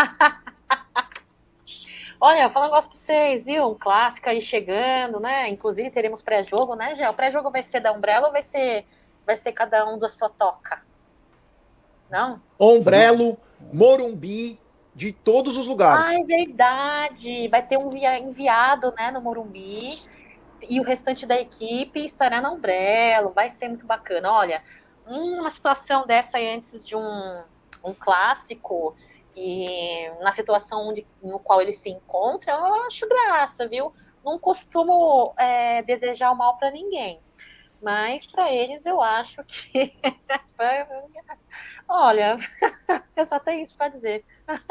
[SPEAKER 2] Olha, vou falar um negócio pra vocês, viu? Um clássico aí chegando, né? Inclusive teremos pré-jogo, né, Gé? O pré-jogo vai ser da Umbrella ou vai ser, vai ser cada um da sua toca? Não?
[SPEAKER 1] Ombrelo, Morumbi, de todos os lugares.
[SPEAKER 2] Ah, é verdade. Vai ter um enviado, né, no Morumbi. E o restante da equipe estará na Umbrella. Vai ser muito bacana. Olha, uma situação dessa aí antes de um, um clássico... E na situação onde, no qual ele se encontra, eu acho graça, viu? Não costumo é, desejar o mal para ninguém, mas para eles eu acho que. Olha, eu só tenho isso para dizer.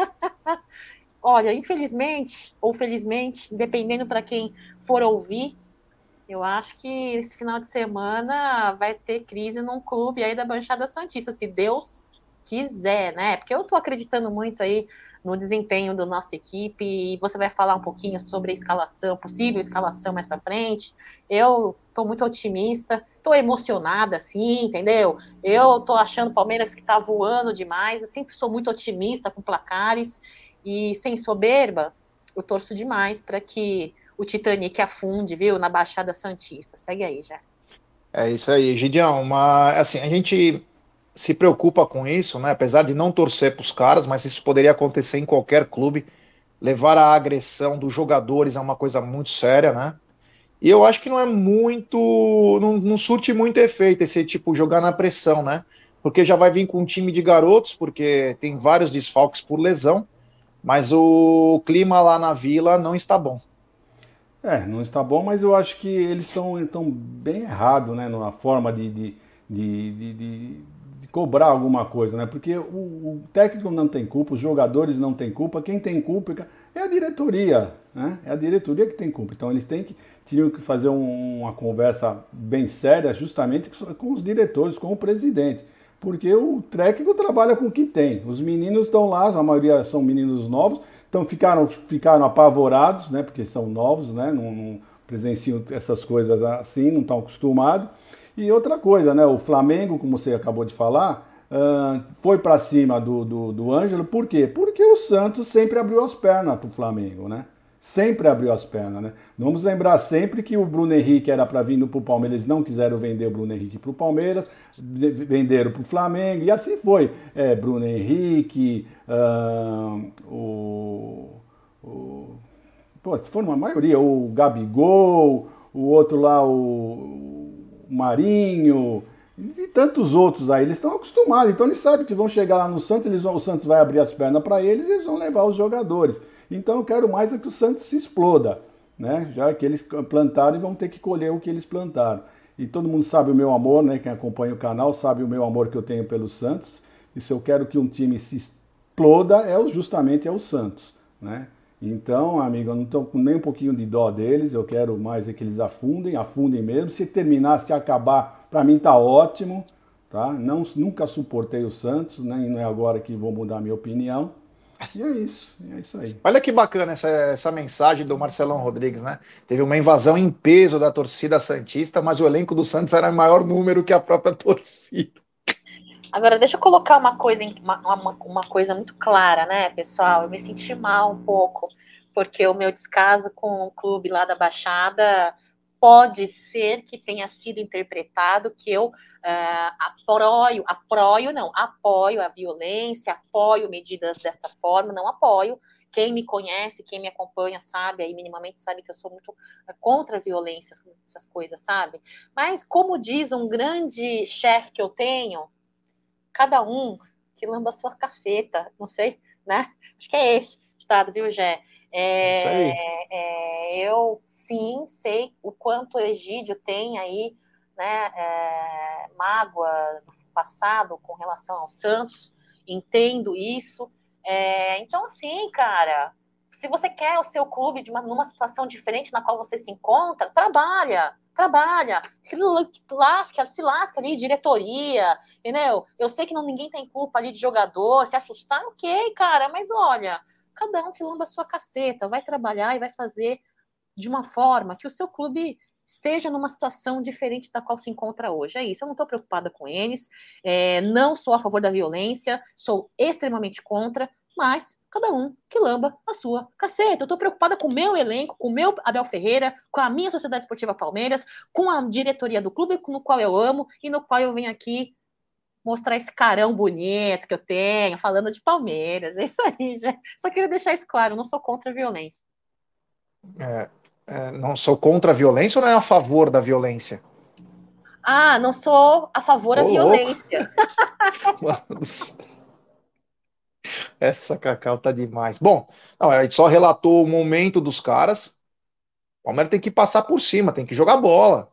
[SPEAKER 2] Olha, infelizmente, ou felizmente, dependendo para quem for ouvir, eu acho que esse final de semana vai ter crise num clube aí da Baixada Santista, se Deus quiser, né? Porque eu tô acreditando muito aí no desempenho da nossa equipe e você vai falar um pouquinho sobre a escalação, possível escalação mais para frente. Eu tô muito otimista, tô emocionada, assim, entendeu? Eu tô achando o Palmeiras que tá voando demais, eu sempre sou muito otimista com placares e sem soberba, eu torço demais para que o Titanic afunde, viu, na Baixada Santista. Segue aí, já.
[SPEAKER 1] É isso aí, Gideão. Uma, assim, a gente se preocupa com isso, né? Apesar de não torcer para os caras, mas isso poderia acontecer em qualquer clube. Levar a agressão dos jogadores é uma coisa muito séria, né? E eu acho que não é muito, não, não surte muito efeito esse tipo jogar na pressão, né? Porque já vai vir com um time de garotos, porque tem vários desfalques por lesão, mas o clima lá na Vila não está bom.
[SPEAKER 3] É, não está bom, mas eu acho que eles estão tão bem errados, né, na forma de, de, de, de, de, de cobrar alguma coisa, né? Porque o, o técnico não tem culpa, os jogadores não têm culpa, quem tem culpa é a diretoria, né? É a diretoria que tem culpa. Então eles têm que, tinham que fazer um, uma conversa bem séria, justamente com os diretores, com o presidente. Porque o técnico trabalha com o que tem. Os meninos estão lá, a maioria são meninos novos, então ficaram, ficaram apavorados, né? Porque são novos, né? Não, não presenciam essas coisas assim, não estão acostumados. E outra coisa, né? O Flamengo, como você acabou de falar, uh, foi para cima do, do, do Ângelo, por quê? Porque o Santos sempre abriu as pernas para o Flamengo, né? Sempre abriu as pernas, né? Vamos lembrar sempre que o Bruno Henrique era para vir para o Palmeiras, eles não quiseram vender o Bruno Henrique para o Palmeiras, venderam para o Flamengo, e assim foi. É, Bruno Henrique, uh, o, o. Pô, foi uma maioria, o Gabigol, o outro lá, o, o Marinho, e tantos outros aí. Eles estão acostumados, então eles sabem que vão chegar lá no Santos, eles vão, o Santos vai abrir as pernas para eles e eles vão levar os jogadores. Então eu quero mais é que o Santos se exploda, né? Já que eles plantaram e vão ter que colher o que eles plantaram. E todo mundo sabe o meu amor, né? Quem acompanha o canal sabe o meu amor que eu tenho pelo Santos. E se eu quero que um time se exploda, é justamente é o Santos, né? Então, amigo, eu não estou com nem um pouquinho de dó deles, eu quero mais é que eles afundem, afundem mesmo. Se terminar, se acabar, para mim tá ótimo, tá? Não, nunca suportei o Santos, nem né? Não é agora que vou mudar a minha opinião. E é isso, é isso aí.
[SPEAKER 1] Olha que bacana essa, essa mensagem do Marcelão Rodrigues, né? Teve uma invasão em peso da torcida santista, mas o elenco do Santos era em maior número que a própria torcida.
[SPEAKER 2] Agora, deixa eu colocar uma coisa, uma, uma, uma coisa muito clara, né, pessoal? Eu me senti mal um pouco, porque o meu descaso com o clube lá da Baixada pode ser que tenha sido interpretado que eu uh, apoio, apoio, não, apoio a violência, apoio medidas desta forma, não apoio. Quem me conhece, quem me acompanha, sabe, aí minimamente sabe que eu sou muito contra a violência, essas coisas, sabe? Mas, como diz um grande chefe que eu tenho, cada um que lamba a sua caceta, não sei, né? Acho que é esse estado, viu, Gé? É,
[SPEAKER 1] Isso aí.
[SPEAKER 2] é, eu, sim, sei o quanto o Egídio tem aí, né, é, mágoa do passado com relação ao Santos, entendo isso. É, então, assim, cara, se você quer o seu clube de uma, numa situação diferente na qual você se encontra, trabalha, trabalha, se lasca, se lasca ali, diretoria, entendeu? Eu sei que não, ninguém tem culpa ali de jogador, se assustar, ok, cara, mas olha, cada um que lamba a sua caceta, vai trabalhar e vai fazer de uma forma que o seu clube esteja numa situação diferente da qual se encontra hoje. É isso, eu não estou preocupada com eles, é, não sou a favor da violência, sou extremamente contra, mas cada um que lamba a sua caceta. Eu estou preocupada com o meu elenco, com o meu Abel Ferreira, com a minha Sociedade Esportiva Palmeiras, com a diretoria do clube no qual eu amo e no qual eu venho aqui mostrar esse carão bonito que eu tenho, falando de Palmeiras. É isso aí, já. Só queria deixar isso claro, eu não sou contra a violência.
[SPEAKER 1] É, é, não sou contra a violência ou não é a favor da violência?
[SPEAKER 2] Ah, não sou a favor da
[SPEAKER 1] Ô, louco!
[SPEAKER 2] violência.
[SPEAKER 1] Mano, essa Cacau tá demais. Bom, não, a gente só relatou o momento dos caras. O Palmeiras tem que passar por cima, tem que jogar bola.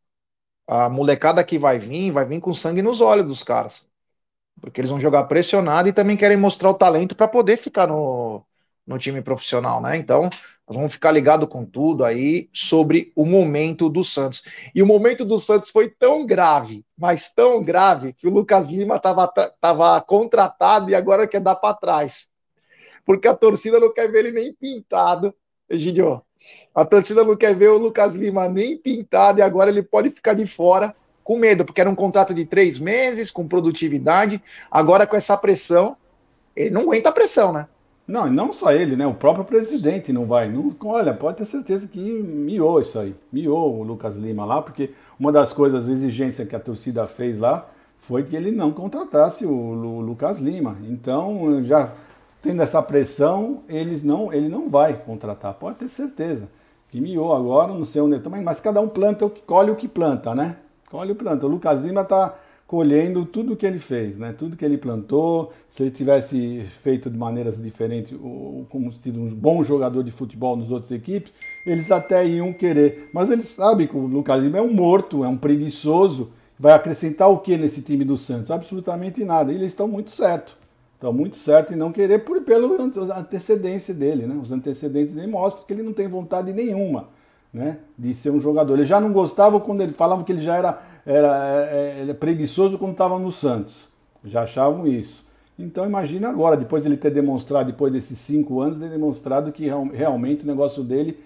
[SPEAKER 1] A molecada que vai vir, vai vir com sangue nos olhos dos caras. Porque eles vão jogar pressionado e também querem mostrar o talento para poder ficar no, no time profissional, né? Então, nós vamos ficar ligado com tudo aí sobre o momento do Santos. E o momento do Santos foi tão grave, mas tão grave, que o Lucas Lima estava tava contratado e agora quer dar para trás. Porque a torcida não quer ver ele nem pintado, Egidio. A torcida não quer ver o Lucas Lima nem pintado e agora ele pode ficar de fora com medo, porque era um contrato de três meses, com produtividade. Agora, com essa pressão, ele não aguenta a pressão, né?
[SPEAKER 3] Não, e não só ele, né? O próprio presidente não vai. Não, olha, pode ter certeza que miou isso aí. Miou o Lucas Lima lá, porque uma das coisas, exigência que a torcida fez lá foi que ele não contratasse o, o Lucas Lima. Então, já tendo essa pressão, eles não, ele não vai contratar. Pode ter certeza. Que miou agora, não sei onde também, mas cada um planta o que colhe o que planta, né? Colhe o planta. O Lucas Lima tá colhendo tudo o que ele fez, né? Tudo que ele plantou. Se ele tivesse feito de maneiras diferentes, como sido um bom jogador de futebol nas outras equipes, eles até iam querer. Mas eles sabem que o Lucas Lima é um morto, é um preguiçoso. Vai acrescentar o que nesse time do Santos? Absolutamente nada. E eles estão muito certos. Estão muito certos em não querer por, pelo antecedência dele, né? Os antecedentes dele mostram que ele não tem vontade nenhuma, né, de ser um jogador. Ele já não gostava quando ele falava que ele já era, era, era preguiçoso quando estava no Santos. Já achavam isso. Então imagina agora, depois de ele ter demonstrado, depois desses cinco anos, ter demonstrado que real, realmente o negócio dele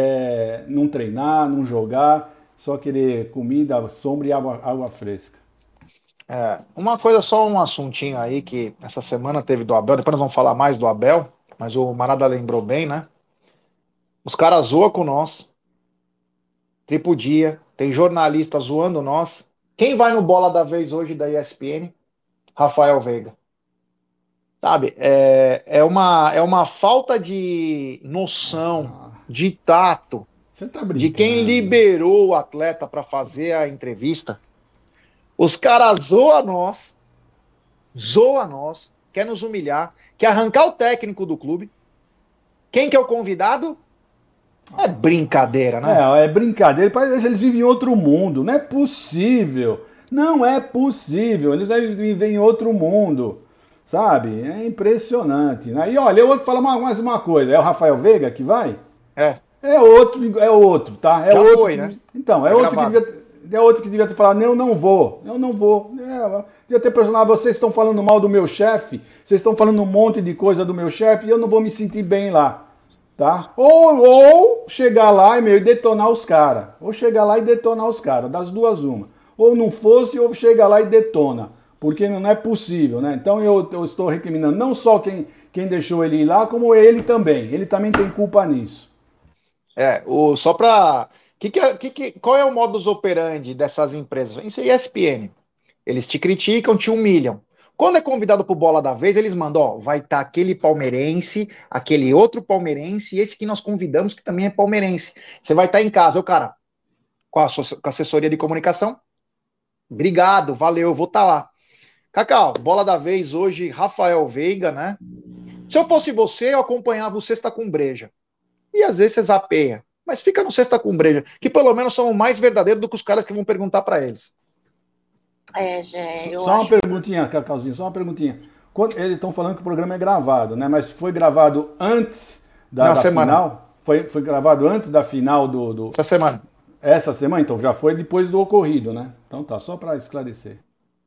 [SPEAKER 3] é não treinar, não jogar, só querer comida, sombra e água, água fresca.
[SPEAKER 1] É, uma coisa, só um assuntinho aí que essa semana teve do Abel, depois nós vamos falar mais do Abel, mas o Marada lembrou bem, né? Os caras zoam com nós, tripudia, tem jornalista zoando nós. Quem vai no Bola da Vez hoje da E S P N? Rafael Veiga. Sabe, é, é, uma, é uma falta de noção,
[SPEAKER 3] Ah,
[SPEAKER 1] de tato,
[SPEAKER 3] você tá
[SPEAKER 1] de quem
[SPEAKER 3] brincando.
[SPEAKER 1] liberou o atleta para fazer a entrevista. Os caras zoam a nós, zoam a nós, quer nos humilhar, quer arrancar o técnico do clube. Quem que é o convidado? É brincadeira, né?
[SPEAKER 3] É, é brincadeira. Eles vivem em outro mundo. Não é possível. Não é possível. Eles devem viver em outro mundo. Sabe? É impressionante. Né? E olha, eu vou falar mais uma coisa. É o Rafael Veiga que vai?
[SPEAKER 1] É.
[SPEAKER 3] É outro, é outro, tá? É
[SPEAKER 1] Já
[SPEAKER 3] outro
[SPEAKER 1] foi,
[SPEAKER 3] que,
[SPEAKER 1] né?
[SPEAKER 3] então, é
[SPEAKER 1] Tá
[SPEAKER 3] outro que
[SPEAKER 1] gravado.
[SPEAKER 3] devia, é outro que devia ter falado, não, eu não vou. Eu não vou. É, devia ter personagem, vocês estão falando mal do meu chefe, vocês estão falando um monte de coisa do meu chefe e eu não vou me sentir bem lá. Tá? Ou, ou chegar lá e meio detonar os caras. Ou chegar lá e detonar os caras, das duas uma. Ou não fosse, ou chega lá e detona. Porque não é possível, né? Então eu, eu estou recriminando não só quem, quem deixou ele ir lá, como ele também. Ele também tem culpa nisso.
[SPEAKER 1] É, o, só para Que que é- que que- qual é o modus operandi dessas empresas? Isso é E S P N. Eles te criticam, te humilham. Quando é convidado pro Bola da Vez, eles mandam, ó, vai estar aquele palmeirense, aquele outro palmeirense, e esse que nós convidamos, que também é palmeirense. Você vai estar em casa, eu, cara, com a, asso- com a assessoria de comunicação, obrigado, valeu, eu vou estar lá. Cacau, Bola da Vez hoje, Rafael Veiga, né? Se eu fosse você, eu acompanhava o Sexta com Breja. E às vezes você zapeia. Mas fica no Sexta com Breja, que pelo menos são mais verdadeiros do que os caras que vão perguntar para eles.
[SPEAKER 2] É, Gé, eu
[SPEAKER 3] Só uma
[SPEAKER 2] acho.
[SPEAKER 3] perguntinha, Cacauzinho, só uma perguntinha. Quando, eles estão falando que o programa é gravado, né? Mas foi gravado antes da,
[SPEAKER 1] Na
[SPEAKER 3] da
[SPEAKER 1] semana.
[SPEAKER 3] final? Foi, foi gravado antes da final do, do-
[SPEAKER 1] Essa semana.
[SPEAKER 3] Essa semana? Então já foi depois do ocorrido, né? Então tá, só para esclarecer.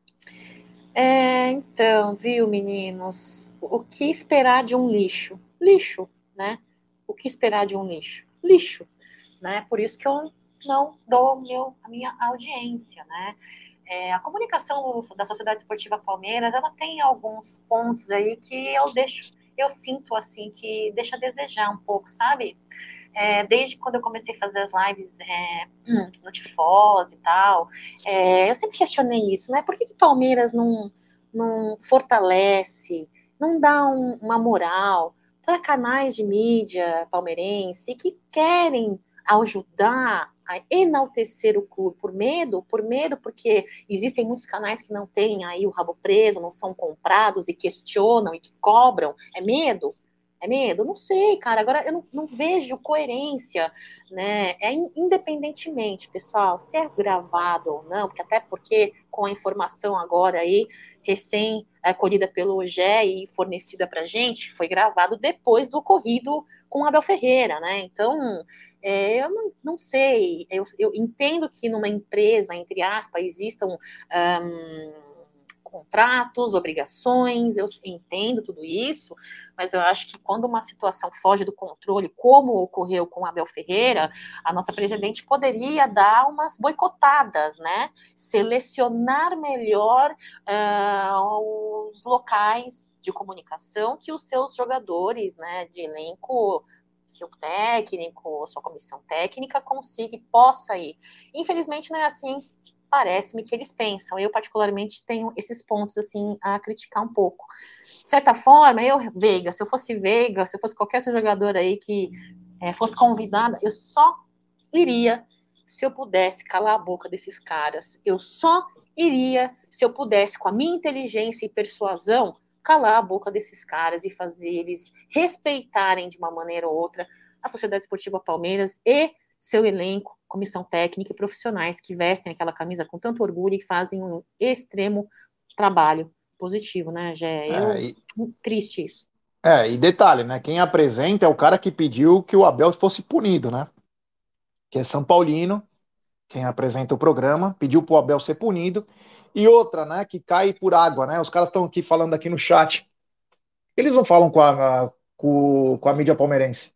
[SPEAKER 2] É, então, viu, meninos? O que esperar de um lixo? Lixo, né? O que esperar de um lixo? Lixo, né? Por isso que eu não dou meu, a minha audiência, né? É, a comunicação da Sociedade Esportiva Palmeiras, ela tem alguns pontos aí que eu deixo, eu sinto assim que deixa a desejar um pouco, sabe? É, desde quando eu comecei a fazer as lives é, no Tifós e tal, é, eu sempre questionei isso, né? Por que que Palmeiras não, não fortalece, não dá um- uma moral para canais de mídia palmeirense que querem ajudar a enaltecer o clube por medo, por medo, porque existem muitos canais que não têm aí o rabo preso, não são comprados e questionam e que cobram. É medo? É medo? Não sei, cara. Agora eu não, não vejo coerência, né? É in- independentemente, pessoal, se é gravado ou não, porque até porque com a informação agora aí, recém é, colhida pelo Gé e fornecida pra gente, foi gravado depois do ocorrido com Abel Ferreira, né? Então, é, eu não, não sei. Eu, eu entendo que numa empresa, entre aspas, existam. Um, contratos, obrigações, eu entendo tudo isso, mas eu acho que quando uma situação foge do controle, como ocorreu com Abel Ferreira, a nossa presidente poderia dar umas boicotadas, né? Selecionar melhor uh, os locais de comunicação que os seus jogadores, né, de elenco, seu técnico, sua comissão técnica consiga e possa ir. Infelizmente não é assim, parece-me que eles pensam. Eu, particularmente, tenho esses pontos, assim, a criticar um pouco. De certa forma, eu, Veiga, se eu fosse Veiga, se eu fosse qualquer outro jogador aí que é, fosse convidada, eu só iria se eu pudesse calar a boca desses caras. Eu só iria se eu pudesse, com a minha inteligência e persuasão, calar a boca desses caras e fazer eles respeitarem de uma maneira ou outra a Sociedade Esportiva Palmeiras e seu elenco, comissão técnica e profissionais que vestem aquela camisa com tanto orgulho e fazem um extremo trabalho positivo, né, Gé?
[SPEAKER 1] É,
[SPEAKER 2] Eu,
[SPEAKER 1] e,
[SPEAKER 2] triste isso.
[SPEAKER 1] é, e detalhe, né? Quem apresenta é o cara que pediu que o Abel fosse punido, né? Que é São Paulino, quem apresenta o programa, pediu pro Abel ser punido. E outra, né? Que cai por água, né? Os caras estão aqui falando aqui no chat. Eles não falam com a, com, com a mídia palmeirense.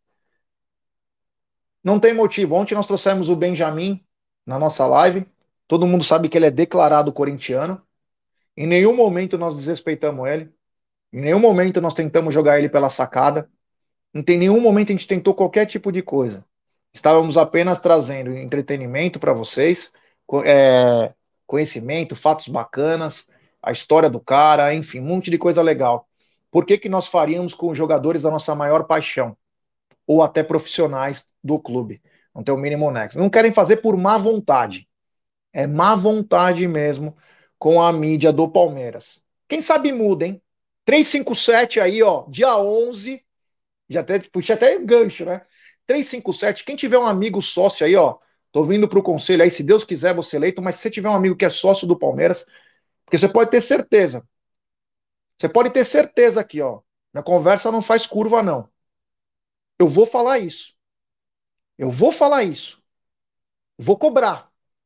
[SPEAKER 1] Não tem motivo. Ontem nós trouxemos o Benjamin na nossa live. Todo mundo sabe que ele é declarado corintiano. Em nenhum momento nós desrespeitamos ele. Em nenhum momento nós tentamos jogar ele pela sacada. Não tem nenhum momento a gente tentou qualquer tipo de coisa. Estávamos apenas trazendo entretenimento para vocês, é, conhecimento, fatos bacanas, a história do cara, enfim, um monte de coisa legal. Por que que nós faríamos com os jogadores da nossa maior paixão? Ou até profissionais do clube? Não tem o mínimo nexo. Não querem fazer por má vontade. É má vontade mesmo com a mídia do Palmeiras. Quem sabe muda, hein? trezentos e cinquenta e sete aí, ó, dia onze, já até puxei até gancho, né? trezentos e cinquenta e sete, quem tiver um amigo sócio aí, ó, tô vindo pro conselho aí, se Deus quiser, você eleito, mas se você tiver um amigo que é sócio do Palmeiras, porque você pode ter certeza, você pode ter certeza aqui, ó, minha conversa não faz curva, não. Eu vou falar isso. Eu vou falar isso. Vou cobrar.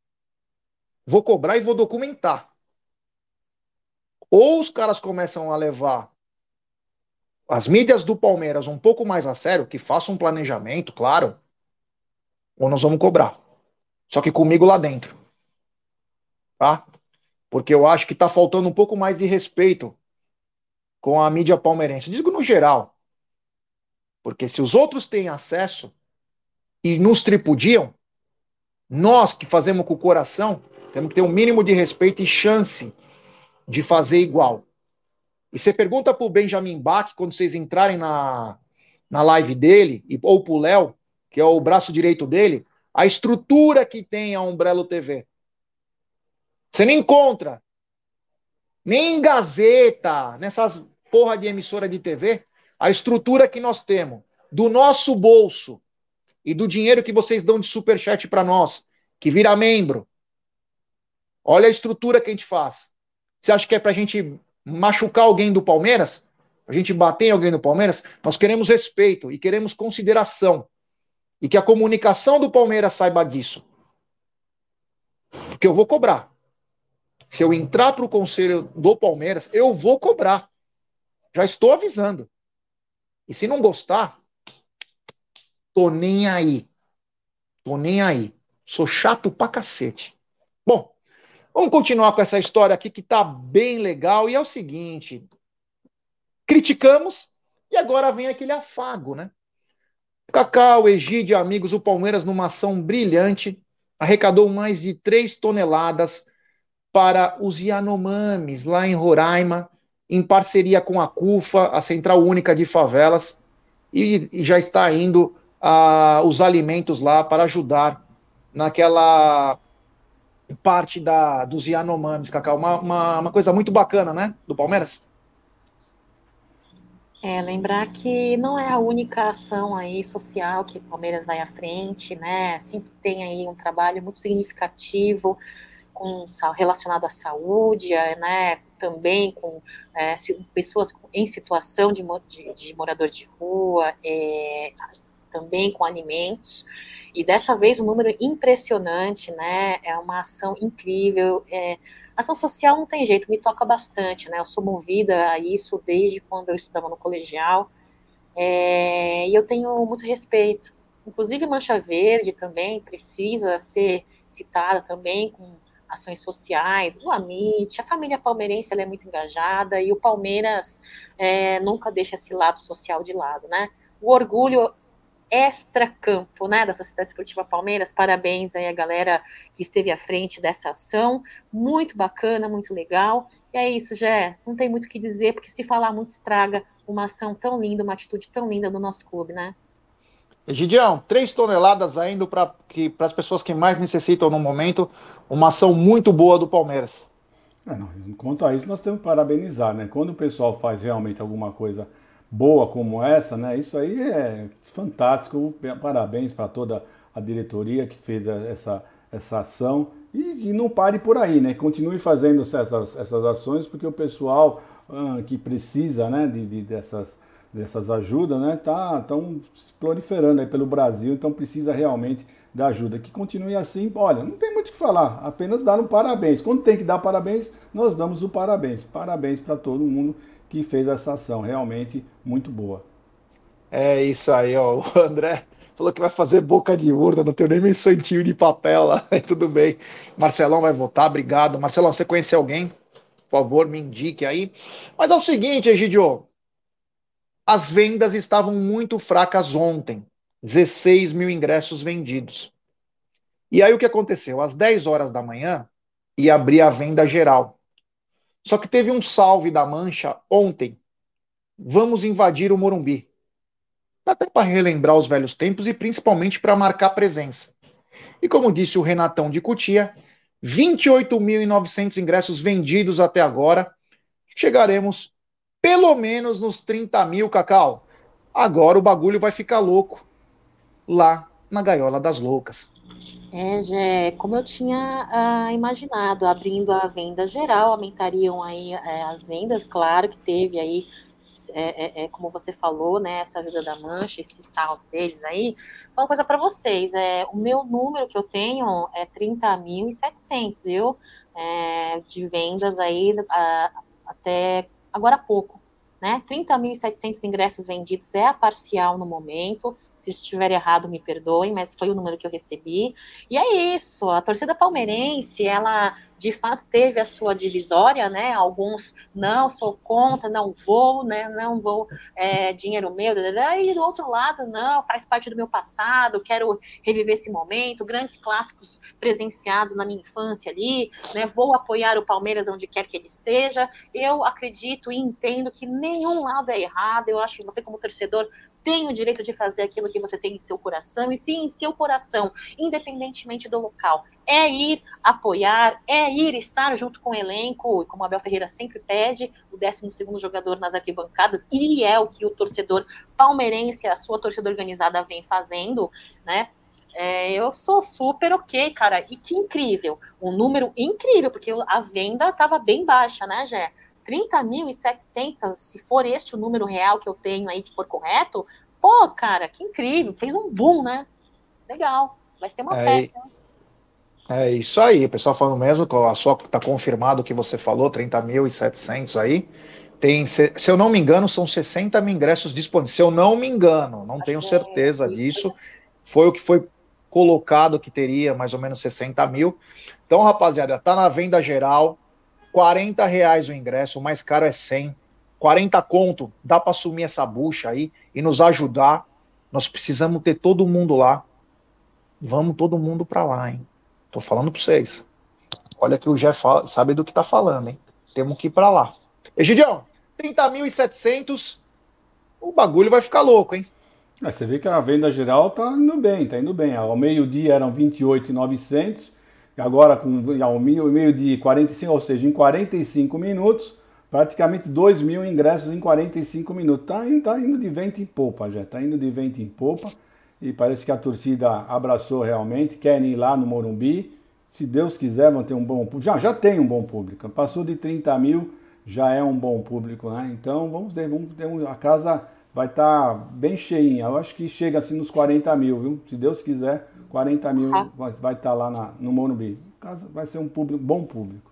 [SPEAKER 1] Vou cobrar e vou documentar. Ou os caras começam a levar as mídias do Palmeiras um pouco mais a sério, que façam um planejamento, claro, ou nós vamos cobrar. Só que comigo lá dentro, tá? Porque eu acho que tá faltando um pouco mais de respeito com a mídia palmeirense. Digo no geral, porque se os outros têm acesso e nos tripudiam, Nós que fazemos com o coração, temos que ter um mínimo de respeito e chance de fazer igual. E você pergunta para o Benjamin Bach, quando vocês entrarem na, na live dele, ou para o Léo, que é o braço direito dele, a estrutura que tem a Umbrello T V. Você não encontra, nem em Gazeta, nessas porra de emissora de T V, a estrutura que nós temos, do nosso bolso e do dinheiro que vocês dão de superchat para nós, que vira membro. Olha a estrutura que a gente faz. Você acha que é para a gente machucar alguém do Palmeiras? A gente bater em alguém do Palmeiras? Nós queremos respeito e queremos consideração. E que a comunicação do Palmeiras saiba disso. Porque eu vou cobrar. Se eu entrar para o conselho do Palmeiras, eu vou cobrar. Já estou avisando. E se não gostar, tô nem aí. Tô nem aí. Sou chato pra cacete. Bom, vamos continuar com essa história aqui que tá bem legal. E é o seguinte: criticamos e agora vem aquele afago, né? Cacau, Egídio, amigos, o Palmeiras, numa ação brilhante, arrecadou mais de três toneladas para os Yanomamis, lá em Roraima, em parceria com a CUFA, a Central Única de Favelas, e, e já está indo ah, os alimentos lá para ajudar naquela parte da, dos Yanomamis, Cacau. Uma, uma, uma coisa muito bacana, né, do Palmeiras?
[SPEAKER 2] É, lembrar que não é a única ação aí social que o Palmeiras vai à frente, né? Sempre tem aí um trabalho muito significativo com, relacionado à saúde, né? Também com é, pessoas em situação de, de, de morador de rua, é, também com alimentos. E dessa vez um número impressionante, né? É uma ação incrível. É, ação social não tem jeito, me toca bastante, né? Eu sou movida a isso desde quando eu estudava no colegial. É, e eu tenho muito respeito. Inclusive Mancha Verde também precisa ser citada também com ações sociais. O Amit, a família palmeirense ela é muito engajada e o Palmeiras é, nunca deixa esse lado social de lado, né? O orgulho extra-campo, né, da Sociedade Esportiva Palmeiras. Parabéns aí a galera que esteve à frente dessa ação, muito bacana, muito legal. E é isso, Jé, não tem muito o que dizer, porque se falar muito estraga uma ação tão linda, uma atitude tão linda do nosso clube, né?
[SPEAKER 1] Egidião, três toneladas ainda para as pessoas que mais necessitam no momento, uma ação muito boa do Palmeiras.
[SPEAKER 3] É, não, quanto a isso, nós temos que parabenizar, né? Quando o pessoal faz realmente alguma coisa boa como essa, né? Isso aí é fantástico. Parabéns para toda a diretoria que fez essa, essa ação e que não pare por aí, né? Continue fazendo essas, essas ações, porque o pessoal ah, que precisa, né, de, de, dessas, dessas ajudas, né, tá tão proliferando aí pelo Brasil, então precisa realmente da ajuda. Que continue assim. Olha, não tem muito o que falar, apenas dar um parabéns. Quando tem que dar parabéns, nós damos o parabéns. Parabéns para todo mundo que fez essa ação, realmente muito boa.
[SPEAKER 1] É isso aí, ó. O André falou que vai fazer boca de urna, não tenho nem meu santinho de papel lá. Tudo bem. Marcelão vai votar, obrigado. Marcelão, você conhece alguém? Por favor, me indique aí. Mas é o seguinte, Egidio, as vendas estavam muito fracas ontem. dezesseis mil ingressos vendidos. E aí o que aconteceu? Às dez horas da manhã ia abrir a venda geral. Só que teve um salve da Mancha ontem. Vamos invadir o Morumbi. Até para relembrar os velhos tempos e principalmente para marcar presença. E como disse o Renatão de Cutia, vinte e oito mil e novecentos ingressos vendidos até agora. Chegaremos pelo menos nos trinta mil, Cacau. Agora o bagulho vai ficar louco lá na Gaiola das Loucas.
[SPEAKER 2] É, Jé, como eu tinha ah, imaginado, abrindo a venda geral, aumentariam aí é, as vendas, claro que teve aí, é, é, é, como você falou, né, essa ajuda da Mancha, esse saldo deles aí. Fala uma coisa para vocês, é, o meu número que eu tenho é trinta mil e setecentos, viu, é, de vendas aí a, até agora há pouco, né? trinta mil e setecentos ingressos vendidos é a parcial no momento. Se estiver errado, me perdoem, mas foi o número que eu recebi. E é isso, a torcida palmeirense, ela de fato teve a sua divisória, né? Alguns não, sou contra, não vou, né? Não vou, é, dinheiro meu, e do outro lado, não, faz parte do meu passado, quero reviver esse momento, grandes clássicos presenciados na minha infância ali, né? Vou apoiar o Palmeiras onde quer que ele esteja. Eu acredito e entendo que nenhum lado é errado. Eu acho que você, como torcedor, tem o direito de fazer aquilo que você tem em seu coração, e se em seu coração, independentemente do local, é ir apoiar, é ir estar junto com o elenco, e como a Abel Ferreira sempre pede, o décimo segundo jogador nas arquibancadas, e é o que o torcedor palmeirense, a sua torcida organizada vem fazendo, né? É, eu sou super ok, cara, e que incrível, um número incrível, porque a venda estava bem baixa, né, Gé? trinta mil e setecentos, se for este o número real que eu tenho aí, que for correto, pô, cara, que incrível, fez um boom, né? Legal, vai ser uma
[SPEAKER 1] É,
[SPEAKER 2] festa.
[SPEAKER 1] é isso aí, o pessoal falando mesmo, só tá confirmado o que você falou, trinta mil e setecentos aí. Tem, se, se eu não me engano, são sessenta mil ingressos disponíveis. Se eu não me engano, não
[SPEAKER 2] Acho
[SPEAKER 1] tenho
[SPEAKER 2] que é,
[SPEAKER 1] certeza disso. Foi o que foi colocado que teria mais ou menos sessenta mil. Então, rapaziada, tá na venda geral, quarenta reais o ingresso, o mais caro é cem. quarenta conto, dá para assumir essa bucha aí e nos ajudar. Nós precisamos ter todo mundo lá. Vamos todo mundo para lá, hein? Tô falando para vocês. Olha que o Jeff sabe do que tá falando, hein? Temos que ir para lá. Egidião, trinta mil e setecentos, o bagulho vai ficar louco, hein?
[SPEAKER 3] É, você vê que a venda geral tá indo bem, tá indo bem. Ao meio-dia eram vinte e oito mil e novecentos, e agora com ao meio-dia e quarenta e cinco, ou seja, em quarenta e cinco minutos, praticamente dois mil ingressos em quarenta e cinco minutos. Tá indo, tá indo de vento em popa, já tá indo de vento em popa, e parece que a torcida abraçou realmente, querem ir lá no Morumbi. Se Deus quiser, vão ter um bom público. Já, já tem um bom público. Passou de trinta mil, já é um bom público, né? Então vamos ver, vamos ter um, a casa vai estar tá bem cheinha. Eu acho que chega assim nos quarenta mil, viu? Se Deus quiser, quarenta mil vai estar vai tá lá na, no Morumbi. Casa vai ser um público, bom público.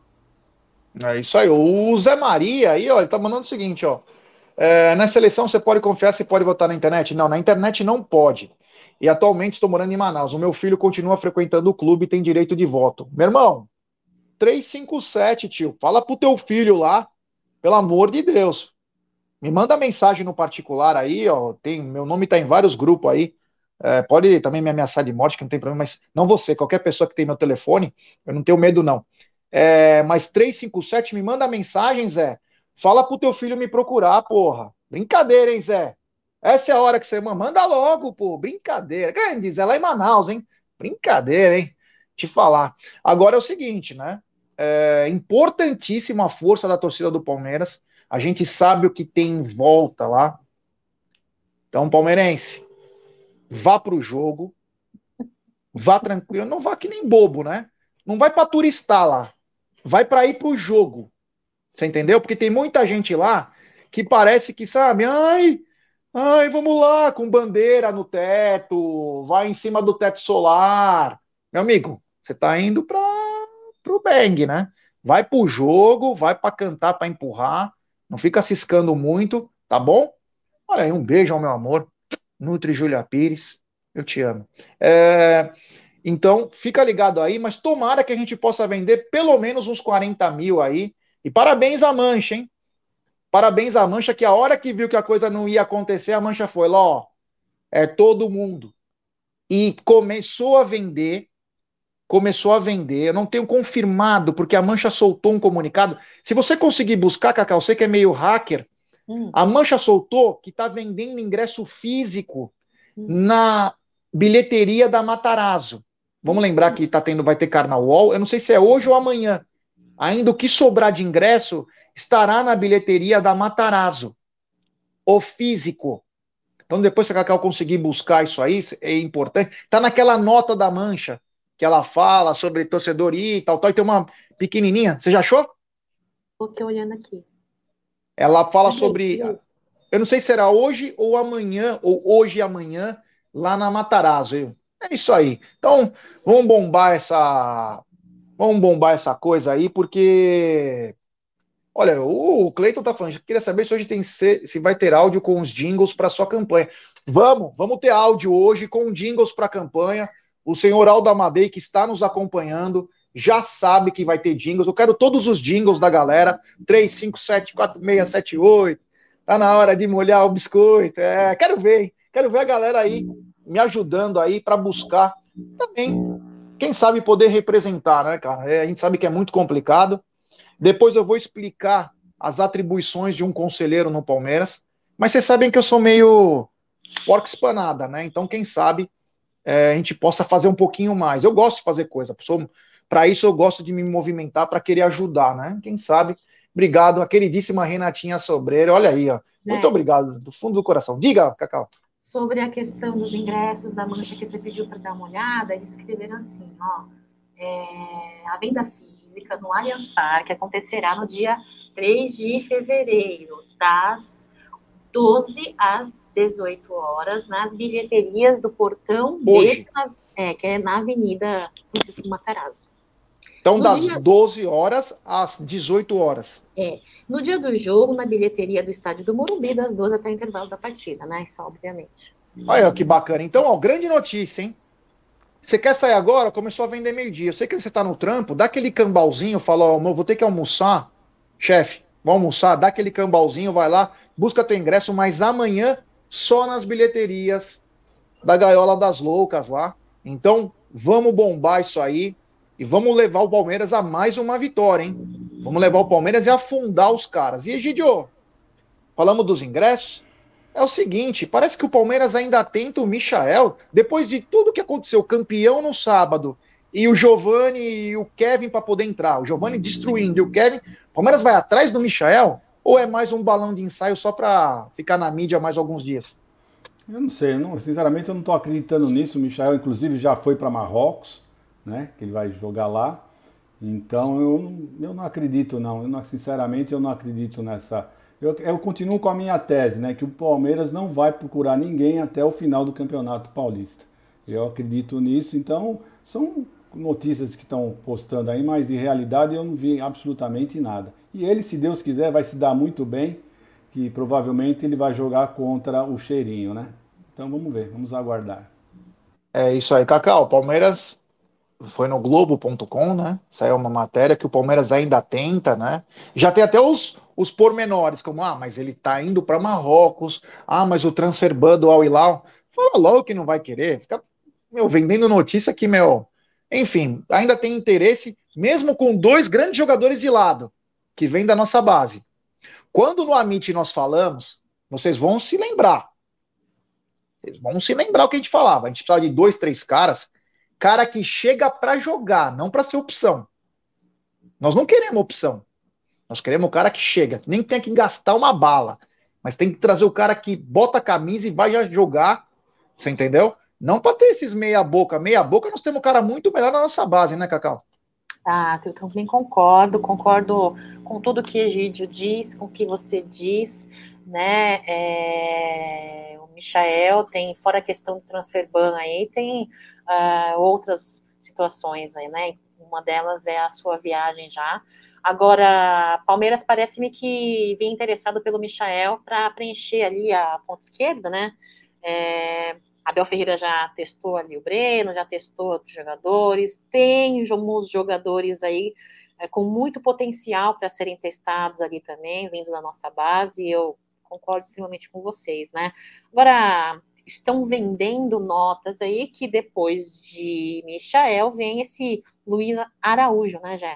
[SPEAKER 1] É isso aí. O Zé Maria aí, ó, ele tá mandando o seguinte, ó. É, na seleção você pode confiar, você pode votar na internet? Não, na internet não pode. E atualmente estou morando em Manaus. O meu filho continua frequentando o clube e tem direito de voto. Meu irmão, trezentos e cinquenta e sete, tio. Fala pro teu filho lá, pelo amor de Deus. Me manda mensagem no particular aí, ó. Tem, meu nome tá em vários grupos aí. É, pode também me ameaçar de morte, que não tem problema, mas não você, qualquer pessoa que tem meu telefone, eu não tenho medo, não. É, mas trezentos e cinquenta e sete, me manda mensagem, Zé. Fala pro teu filho me procurar, porra. Brincadeira, hein, Zé? Essa é a hora que você manda logo, pô. Brincadeira. Grande, Zé, lá em Manaus, hein? Brincadeira, hein? Te falar. Agora é o seguinte, né? É importantíssima a força da torcida do Palmeiras. A gente sabe o que tem em volta lá. Então, palmeirense, vá pro jogo, vá tranquilo, não vá que nem bobo, né? Não vai para turistar lá, vai para ir pro jogo. Você entendeu? Porque tem muita gente lá que parece que sabe, ai, ai, vamos lá, com bandeira no teto, vai em cima do teto solar. Meu amigo, você tá indo para pro bang, né? Vai pro jogo, vai para cantar, para empurrar, não fica ciscando muito, tá bom? Olha aí, um beijo ao meu amor, Nutri Júlia Pires, eu te amo. É, então, fica ligado aí, mas tomara que a gente possa vender pelo menos uns quarenta mil aí. E parabéns à Mancha, hein? Parabéns à Mancha, que a hora que viu que a coisa não ia acontecer, a Mancha foi lá, ó, é todo mundo. E começou a vender, começou a vender. Eu não tenho confirmado, porque a Mancha soltou um comunicado. Se você conseguir buscar, Cacau, você que é meio hacker,
[SPEAKER 2] Hum,
[SPEAKER 1] a Mancha soltou que está vendendo ingresso físico
[SPEAKER 2] hum,
[SPEAKER 1] na bilheteria da Matarazzo. Vamos lembrar
[SPEAKER 2] hum.
[SPEAKER 1] que tá tendo, vai ter Carnaval. Eu não sei se é hoje ou amanhã. Ainda o que sobrar de ingresso estará na bilheteria da Matarazzo, o físico. Então, depois, se a Cacau conseguir buscar isso aí, é importante. Tá naquela nota da Mancha, que ela fala sobre torcedor e tal, tal, e tem uma pequenininha. Você já achou?
[SPEAKER 2] Tô aqui olhando aqui.
[SPEAKER 1] Ela fala sobre.
[SPEAKER 2] Bilheteria.
[SPEAKER 1] Eu não sei se será hoje ou amanhã, ou hoje e amanhã, lá na Matarazzo. É isso aí. Então, vamos bombar essa. Vamos bombar essa coisa aí, porque Olha, o Cleiton tá falando, queria saber se hoje tem se, se vai ter áudio com os jingles para sua campanha. Vamos, vamos ter áudio hoje com jingles para a campanha. O senhor Aldo Amadei, que está nos acompanhando, já sabe que vai ter jingles. Eu quero todos os jingles da galera. três cinco sete quatro seis sete oito. Tá na hora de molhar o biscoito. É, quero ver, hein? Quero ver a galera aí me ajudando aí para buscar também. Quem sabe poder representar, né, cara? É, a gente sabe que é muito complicado. Depois eu vou explicar as atribuições de um conselheiro no Palmeiras. Mas vocês sabem que eu sou meio porca espanada, né? Então, quem sabe é, a gente possa fazer um pouquinho mais. Eu gosto de fazer coisa. Para isso, eu gosto de me movimentar para querer ajudar, né? Quem sabe? Obrigado, a queridíssima Renatinha Sobreira. Olha aí, ó. Muito
[SPEAKER 2] É,
[SPEAKER 1] obrigado, do fundo do coração. Diga, Cacau.
[SPEAKER 2] sobre a questão dos ingressos da Mancha que você pediu para dar uma olhada, eles escreveram assim, ó, é, a venda física no Allianz Parque acontecerá no dia três de fevereiro, das doze às dezoito horas, nas bilheterias do Portão
[SPEAKER 1] Hoje.
[SPEAKER 2] B, é, que é na Avenida Francisco Matarazzo.
[SPEAKER 1] Então,
[SPEAKER 2] No
[SPEAKER 1] das
[SPEAKER 2] dia,
[SPEAKER 1] doze horas às dezoito horas.
[SPEAKER 2] é, no dia do jogo, na bilheteria do estádio do Morumbi, das doze até o intervalo da partida, né? Isso, obviamente.
[SPEAKER 1] Olha que bacana. Então, ó, grande notícia, hein? Você quer sair agora? Começou a vender meio-dia. Eu sei que você tá no trampo, dá aquele cambalzinho, fala, ó, vou ter que almoçar. Chefe, vou almoçar, dá aquele cambalzinho, vai lá, busca teu ingresso, mas amanhã só nas bilheterias da Gaiola das Loucas lá. Então, vamos bombar isso aí e vamos levar o Palmeiras a mais uma vitória, hein? Vamos levar o Palmeiras e afundar os caras. E, Egidio, falamos dos ingressos. É o seguinte, parece que o Palmeiras ainda tenta o Michael, depois de tudo que aconteceu, campeão no sábado, e o Giovani e o Kevin para poder entrar, o Giovani destruindo e o Kevin, o Palmeiras vai atrás do Michael? Ou é mais um balão de ensaio só para ficar na mídia mais alguns dias?
[SPEAKER 3] Eu não sei, eu não, sinceramente eu não estou acreditando nisso. O Michael, inclusive, já foi para Marrocos, né? Que ele vai jogar lá. Então eu, não- eu não acredito, não. Eu não. Sinceramente, eu não acredito nessa. Eu, eu continuo com a minha tese, né? Que o Palmeiras não vai procurar ninguém até o final do Campeonato Paulista. Eu acredito nisso. Então, são notícias que estão postando aí, mas de realidade eu não vi absolutamente nada. E ele, se Deus quiser, vai se dar muito bem, que provavelmente ele vai jogar contra o Cheirinho, né? Então vamos ver, vamos aguardar.
[SPEAKER 1] É isso aí, Cacau. O Palmeiras foi no globo ponto com, né? Saiu uma matéria que o Palmeiras ainda tenta, né? Já tem até os, os pormenores, como, ah, mas ele tá indo para Marrocos, ah, mas o transfer ban do Al Hilal. Fala logo que não vai querer, fica, meu, vendendo notícia que, meu. Enfim, ainda tem interesse, mesmo com dois grandes jogadores de lado, que vêm da nossa base. Quando no Amit nós falamos, vocês vão se lembrar. Vocês vão se lembrar o que a gente falava. A gente precisava de dois, três caras, cara que chega para jogar, não para ser opção. Nós não queremos opção. Nós queremos o cara que chega, nem tem que gastar uma bala, mas tem que trazer o cara que bota a camisa e vai já jogar, você entendeu? Não para ter esses meia boca, meia boca nós temos um cara muito melhor na nossa base, né, Cacau?
[SPEAKER 2] Ah, eu também concordo, concordo com tudo que Egídio diz, com o que você diz, né? É, o Michael tem, fora a questão do transfer ban aí, tem uh, outras situações aí, né? Uma delas é a sua viagem já. Agora, Palmeiras parece-me que vem interessado pelo Michael para preencher ali a ponta esquerda, né? É, Abel Ferreira já testou ali o Breno, já testou outros jogadores, tem uns jogadores aí é, com muito potencial para serem testados ali também, vindo da nossa base, eu concordo extremamente com vocês, né? Agora, estão vendendo notas aí que depois de Michael vem esse Luiz Araújo, né, Jé?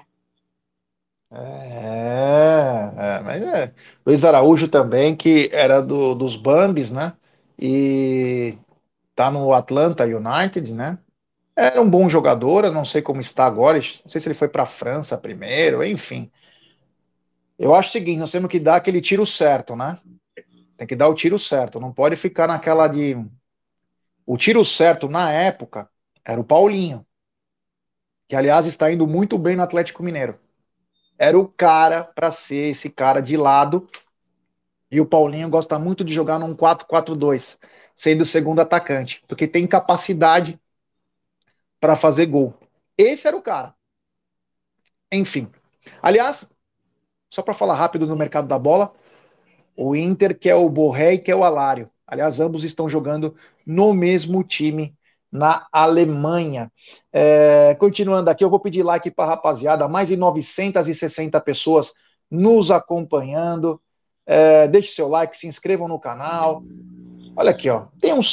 [SPEAKER 1] É, é, mas é. Luiz Araújo também, que era do, dos Bambis, né? E tá no Atlanta United, né? Era um bom jogador, eu não sei como está agora, não sei se ele foi para a França primeiro, enfim. Eu acho o seguinte, nós temos que dar aquele tiro certo, né? Tem que dar o tiro certo, não pode ficar naquela de. O tiro certo na época era o Paulinho, que aliás está indo muito bem no Atlético Mineiro. Era o cara para ser esse cara de lado, e o Paulinho gosta muito de jogar num quatro quatro dois, sendo o segundo atacante, porque tem capacidade para fazer gol. Esse era o cara. Enfim. Aliás, só para falar rápido no mercado da bola, o Inter quer o Borré e quer o Alário. Aliás, ambos estão jogando no mesmo time na Alemanha. É, continuando aqui, eu vou pedir like para a rapaziada, mais de novecentas e sessenta pessoas nos acompanhando. É, deixe seu like, se inscrevam no canal. Olha aqui, ó, tem um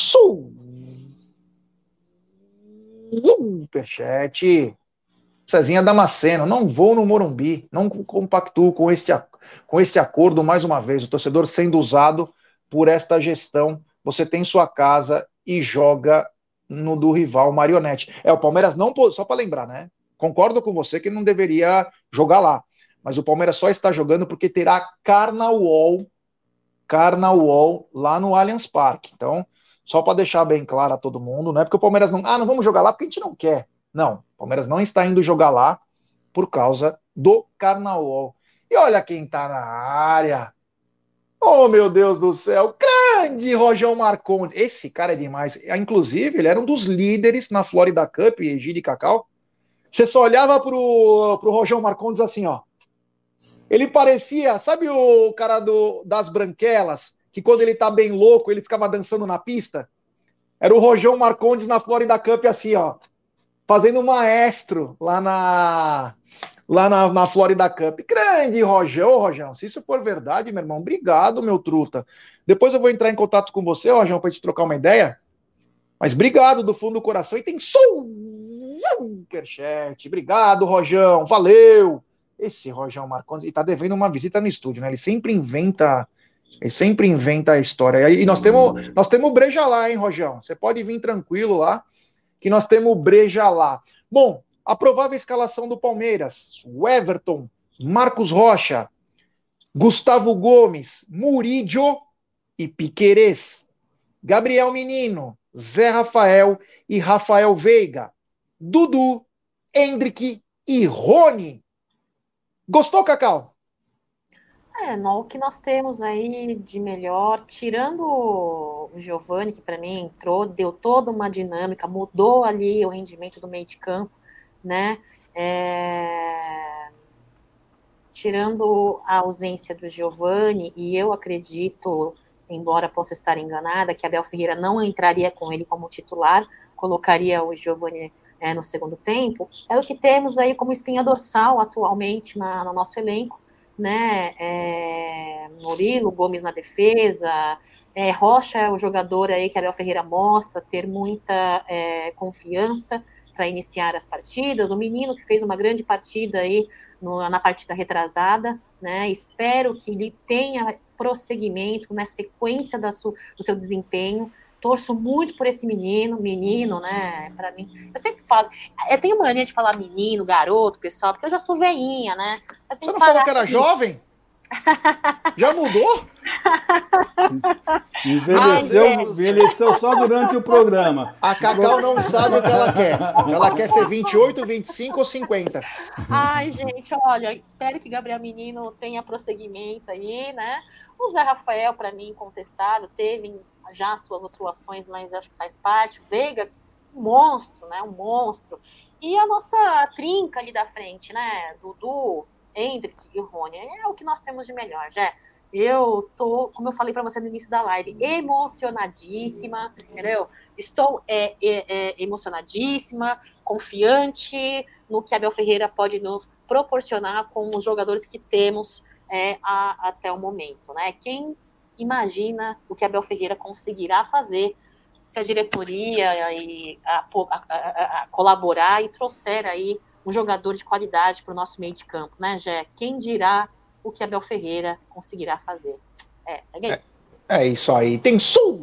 [SPEAKER 1] superchat. Cezinha Damasceno, não vou no Morumbi, não compactuo com este, com este acordo mais uma vez. O torcedor sendo usado por esta gestão. Você tem sua casa e joga no do rival marionete. É, o Palmeiras não, só para lembrar, né? Concordo com você que não deveria jogar lá, mas o Palmeiras só está jogando porque terá Carnaval, Carnaval lá no Allianz Parque. Então, só para deixar bem claro a todo mundo, não é porque o Palmeiras não, ah, não vamos jogar lá porque a gente não quer. Não, o Palmeiras não está indo jogar lá por causa do Carnaval. E olha quem tá na área. Oh, meu Deus do céu, grande Rojão Marcondes. Esse cara é demais. Inclusive, ele era um dos líderes na Florida Cup, Egídio e Cacau. Você só olhava pro, pro Rojão Marcondes assim, ó. Ele parecia, sabe o cara do, das branquelas, que quando ele tá bem louco, ele ficava dançando na pista? Era o Rojão Marcondes na Florida Cup assim, ó. Fazendo maestro lá na lá na, na Florida Cup. Grande Rojão, ô Rojão, se isso for verdade, meu irmão, obrigado, meu truta. Depois eu vou entrar em contato com você, Rojão, pra gente trocar uma ideia. Mas obrigado do fundo do coração. E tem superchat. Obrigado, Rojão, valeu. Esse Rojão Marcondes, e tá devendo uma visita no estúdio, né? Ele sempre inventa, ele sempre inventa a história. E nós temos, nós temos breja lá, hein, Rojão? Você pode vir tranquilo lá, que nós temos breja lá. Bom, a provável escalação do Palmeiras: o Everton, Marcos Rocha, Gustavo Gomes, Murillo e Piquerez, Gabriel Menino, Zé Rafael e Rafael Veiga, Dudu, Hendrick e Rony. Gostou, Cacau?
[SPEAKER 2] É, no, o que nós temos aí de melhor, tirando o Giovani, que para mim entrou, deu toda uma dinâmica, mudou ali o rendimento do meio de campo, né? É... Tirando a ausência do Giovani, e eu acredito, embora possa estar enganada, que Abel Ferreira não entraria com ele como titular, colocaria o Giovani é, no segundo tempo, é o que temos aí como espinha dorsal atualmente na, no nosso elenco, né, é, Murilo, Gomes na defesa, é, Rocha é o jogador aí que Abel Ferreira mostra ter muita é, confiança para iniciar as partidas, o menino que fez uma grande partida aí no, na partida retrasada, né, espero que ele tenha prosseguimento na sequência da su, do seu desempenho. Torço muito por esse menino, menino, né, para mim, eu sempre falo, eu tenho mania de falar menino, garoto, pessoal, porque eu já sou veinha, né.
[SPEAKER 1] Você não falou que era aqui. Jovem? Já mudou?
[SPEAKER 3] Envelheceu, Ai, envelheceu só durante o programa.
[SPEAKER 1] A Cacau não sabe o que ela quer. Ela quer ser vinte e oito, vinte e cinco ou cinquenta.
[SPEAKER 2] Ai, gente, olha, espero que Gabriel Menino tenha prosseguimento aí, né? O Zé Rafael, para mim, incontestável, teve já suas oscilações, mas acho que faz parte. Veiga, um monstro, né? Um monstro. E a nossa trinca ali da frente, né? Dudu, Hendrick e Rony, é o que nós temos de melhor, já. Eu tô, como eu falei para você no início da live, emocionadíssima, entendeu? Estou é, é, é, emocionadíssima, confiante no que Abel Ferreira pode nos proporcionar com os jogadores que temos é, a, até o momento, né? Quem imagina o que Abel Ferreira conseguirá fazer se a diretoria e a, a, a, a colaborar e trouxer aí um jogador de qualidade para o nosso meio de campo, né, Gé? Quem dirá o que Abel Ferreira conseguirá fazer? É, segue aí.
[SPEAKER 1] É, é isso aí. Tem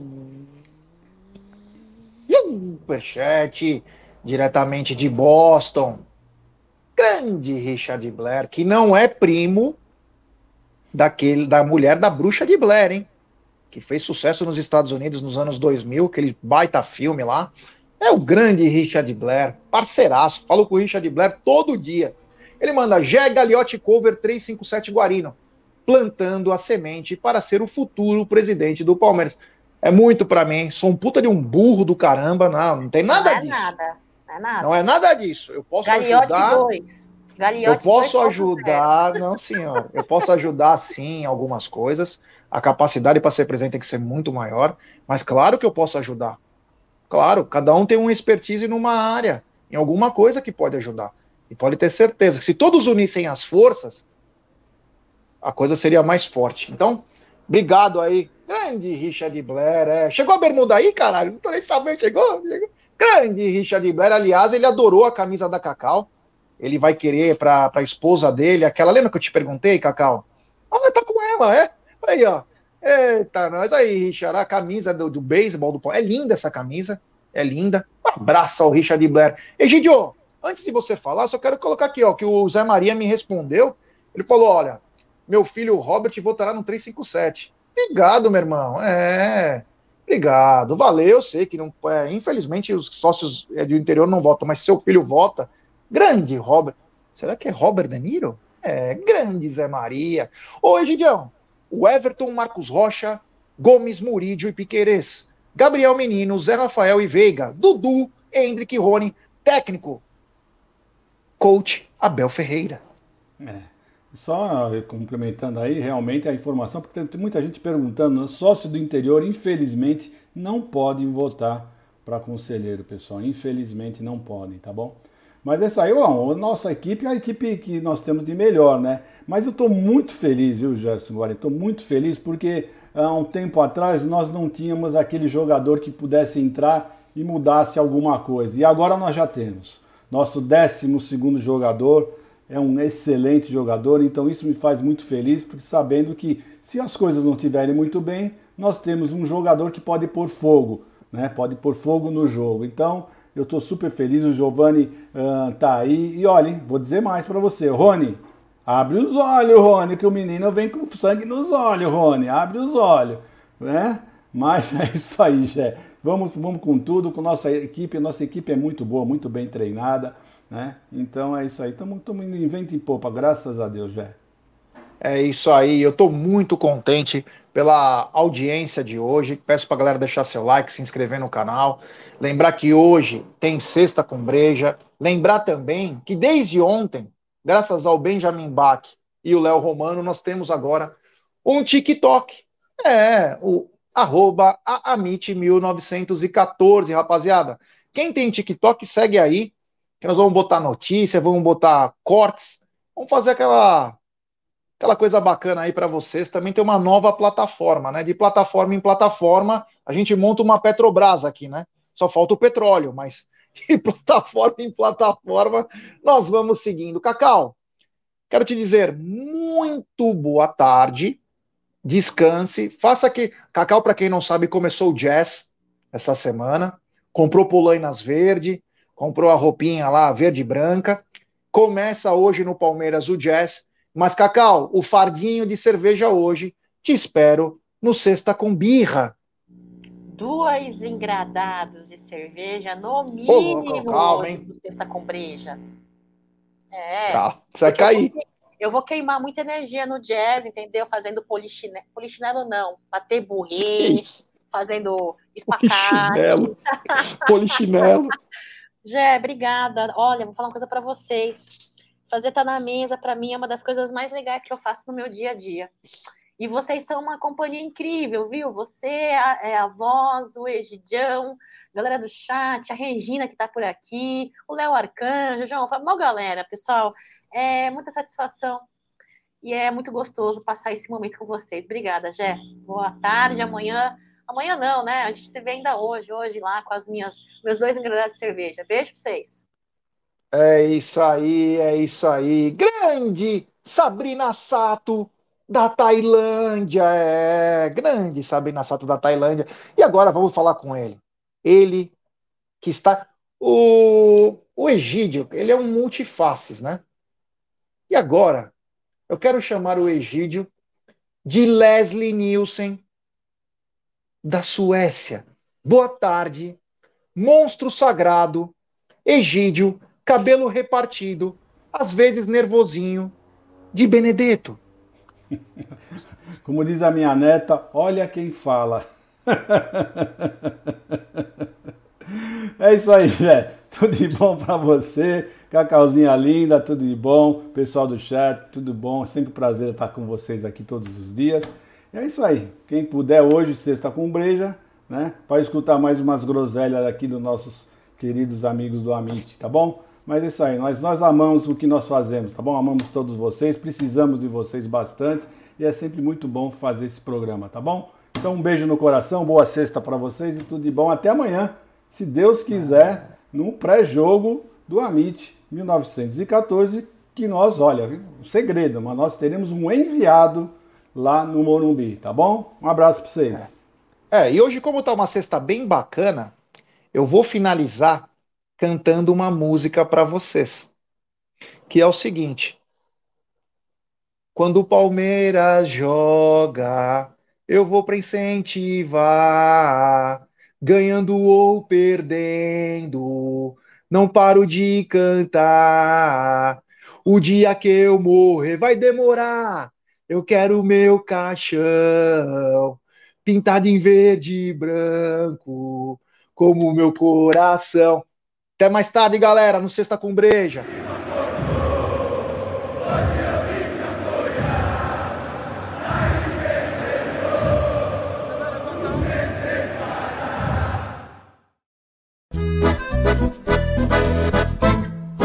[SPEAKER 1] superchat diretamente de Boston. Grande Richard Blair, que não é primo daquele, da mulher da Bruxa de Blair, hein? Que fez sucesso nos Estados Unidos nos anos dois mil, aquele baita filme lá. É o grande Richard Blair, parceiraço. Falo com o Richard Blair todo dia. Ele manda Gé Gagliotti Cover trezentos e cinquenta e sete Guarino, plantando a semente para ser o futuro presidente do Palmeiras. É muito pra mim. Sou um puta de um burro do caramba. Não, não tem nada
[SPEAKER 2] não é
[SPEAKER 1] disso.
[SPEAKER 2] Nada. Não é nada.
[SPEAKER 1] Não é nada disso. Eu posso
[SPEAKER 2] Gagliotti
[SPEAKER 1] ajudar.
[SPEAKER 2] dois.
[SPEAKER 1] Eu
[SPEAKER 2] Gagliotti
[SPEAKER 1] posso
[SPEAKER 2] dois ponto zero.
[SPEAKER 1] ajudar, não, senhor. Eu posso ajudar, sim, em algumas coisas. A capacidade para ser presidente tem que ser muito maior, mas claro que eu posso ajudar. Claro, cada um tem uma expertise numa área, em alguma coisa que pode ajudar. E pode ter certeza que se todos unissem as forças, a coisa seria mais forte. Então, obrigado aí. Grande Richard Blair. É. Chegou a bermuda aí, caralho? Não tô nem sabendo. Chegou? Chegou. Grande Richard Blair. Aliás, ele adorou a camisa da Cacau. Ele vai querer para a esposa dele, aquela. Lembra que eu te perguntei, Cacau? Ah, tá com ela, é? Aí, ó. Eita, nós aí, Richard. A camisa do, do beisebol do. É linda essa camisa. É linda. Um abraço ao Richard Blair. Egidio, antes de você falar, só quero colocar aqui, ó, que o Zé Maria me respondeu. Ele falou: olha, meu filho Robert votará no trezentos e cinquenta e sete. Obrigado, meu irmão. É. Obrigado. Valeu. Eu sei que não. É, infelizmente os sócios do interior não votam, mas seu filho vota. Grande Robert. Será que é Robert De Niro? É, grande Zé Maria. Ô, Egidião, o Everton, Marcos Rocha, Gomes, Murídio e Piquerez, Gabriel Menino, Zé Rafael e Veiga, Dudu, Hendrick e Rony, técnico, coach Abel Ferreira.
[SPEAKER 3] É. Só complementando aí, realmente a informação, porque tem muita gente perguntando, sócio do interior, infelizmente, não podem votar para conselheiro, pessoal. Infelizmente não podem, tá bom? Mas essa aí, ó, a nossa equipe é a equipe que nós temos de melhor, né? Mas eu estou muito feliz, viu, Gerson Guarani? Estou muito feliz porque há um tempo atrás nós não tínhamos aquele jogador que pudesse entrar e mudasse alguma coisa. E agora nós já temos. Nosso décimo segundo jogador é um excelente jogador, então isso me faz muito feliz, porque sabendo que se as coisas não estiverem muito bem, nós temos um jogador que pode pôr fogo, né? Pode pôr fogo no jogo. Então, eu estou super feliz, o Giovani uh, tá aí. E olha, vou dizer mais para você, Rony, abre os olhos, Rony, que o menino vem com sangue nos olhos, Rony, abre os olhos, né? Mas é isso aí, Gé. Vamos, vamos com tudo, com nossa equipe. Nossa equipe é muito boa, muito bem treinada, né? Então é isso aí. Estamos indo em vento em popa, graças a Deus, Gé.
[SPEAKER 1] É isso aí, eu estou muito contente pela audiência de hoje. Peço para a galera deixar seu like, se inscrever no canal. Lembrar que hoje tem Sexta com Breja. Lembrar também que desde ontem, graças ao Benjamin Bach e o Léo Romano, nós temos agora um TikTok. É, o arroba Amit mil novecentos e quatorze, rapaziada. Quem tem TikTok, segue aí, que nós vamos botar notícia, vamos botar cortes, vamos fazer aquela aquela coisa bacana aí para vocês. Também tem uma nova plataforma, né? De plataforma em plataforma, a gente monta uma Petrobras aqui, né? Só falta o petróleo, mas de plataforma em plataforma, nós vamos seguindo. Cacau, quero te dizer muito boa tarde, descanse, faça que... Cacau, para quem não sabe, começou o jazz essa semana, comprou polainas verde, comprou a roupinha lá verde e branca, começa hoje no Palmeiras o jazz. Mas, Cacau, o fardinho de cerveja hoje, te espero no Sexta com Birra.
[SPEAKER 2] Dois engradados de cerveja, no
[SPEAKER 1] Ô, louco,
[SPEAKER 2] mínimo,
[SPEAKER 1] calma,
[SPEAKER 2] hoje
[SPEAKER 1] hein?
[SPEAKER 2] no Sexta com Breja. É,
[SPEAKER 1] Calma, você vai
[SPEAKER 2] porque eu vou,
[SPEAKER 1] cair.
[SPEAKER 2] eu vou queimar muita energia no jazz, entendeu? Fazendo polichinelo, polichinelo não, bater burrinho, fazendo espacate.
[SPEAKER 1] Polichinelo, polichinelo.
[SPEAKER 2] Jé, obrigada. Olha, vou falar uma coisa para vocês. Fazer tá na mesa, para mim, é uma das coisas mais legais que eu faço no meu dia a dia. E vocês são uma companhia incrível, viu? Você é a voz, o Egidião, galera do chat, a Regina que tá por aqui, o Léo Arcanjo, João, uma galera, pessoal. É muita satisfação e é muito gostoso passar esse momento com vocês. Obrigada, Jé. Boa tarde, amanhã. Amanhã não, né? A gente se vê ainda hoje, hoje lá com as minhas, meus dois engradados de cerveja. Beijo pra vocês.
[SPEAKER 1] É isso aí, é isso aí. Grande Sabrina Sato da Tailândia, é. Grande Sabrina Sato da Tailândia. E agora vamos falar com ele. Ele que está... O, o Egídio, ele é um multifaces, né? E agora, eu quero chamar o Egídio de Leslie Nielsen, da Suécia. Boa tarde, monstro sagrado, Egídio, cabelo repartido, às vezes nervosinho, de Benedetto.
[SPEAKER 3] Como diz a minha neta, olha quem fala. É isso aí, Jé. Tudo de bom para você, Cacauzinha linda, tudo de bom, pessoal do chat, tudo bom, é sempre um prazer estar com vocês aqui todos os dias. E é isso aí, quem puder hoje, sexta com breja, né, para escutar mais umas groselhas aqui dos nossos queridos amigos do Amit, tá bom? Mas é isso aí, nós, nós amamos o que nós fazemos, tá bom? Amamos todos vocês, precisamos de vocês bastante e é sempre muito bom fazer esse programa, tá bom? Então um beijo no coração, boa sexta para vocês e tudo de bom, até amanhã, se Deus quiser, no pré-jogo do Amit mil novecentos e quatorze, que nós, olha, um segredo, mas nós teremos um enviado lá no Morumbi, tá bom? Um abraço para vocês.
[SPEAKER 1] É, e hoje, como tá uma sexta bem bacana, eu vou finalizar cantando uma música para vocês, que é o seguinte: quando o Palmeiras joga, eu vou para incentivar, ganhando ou perdendo, não paro de cantar. O dia que eu morrer vai demorar, eu quero o meu caixão pintado em verde e branco, como o meu coração. Até mais tarde, galera, no Sexta com Breja.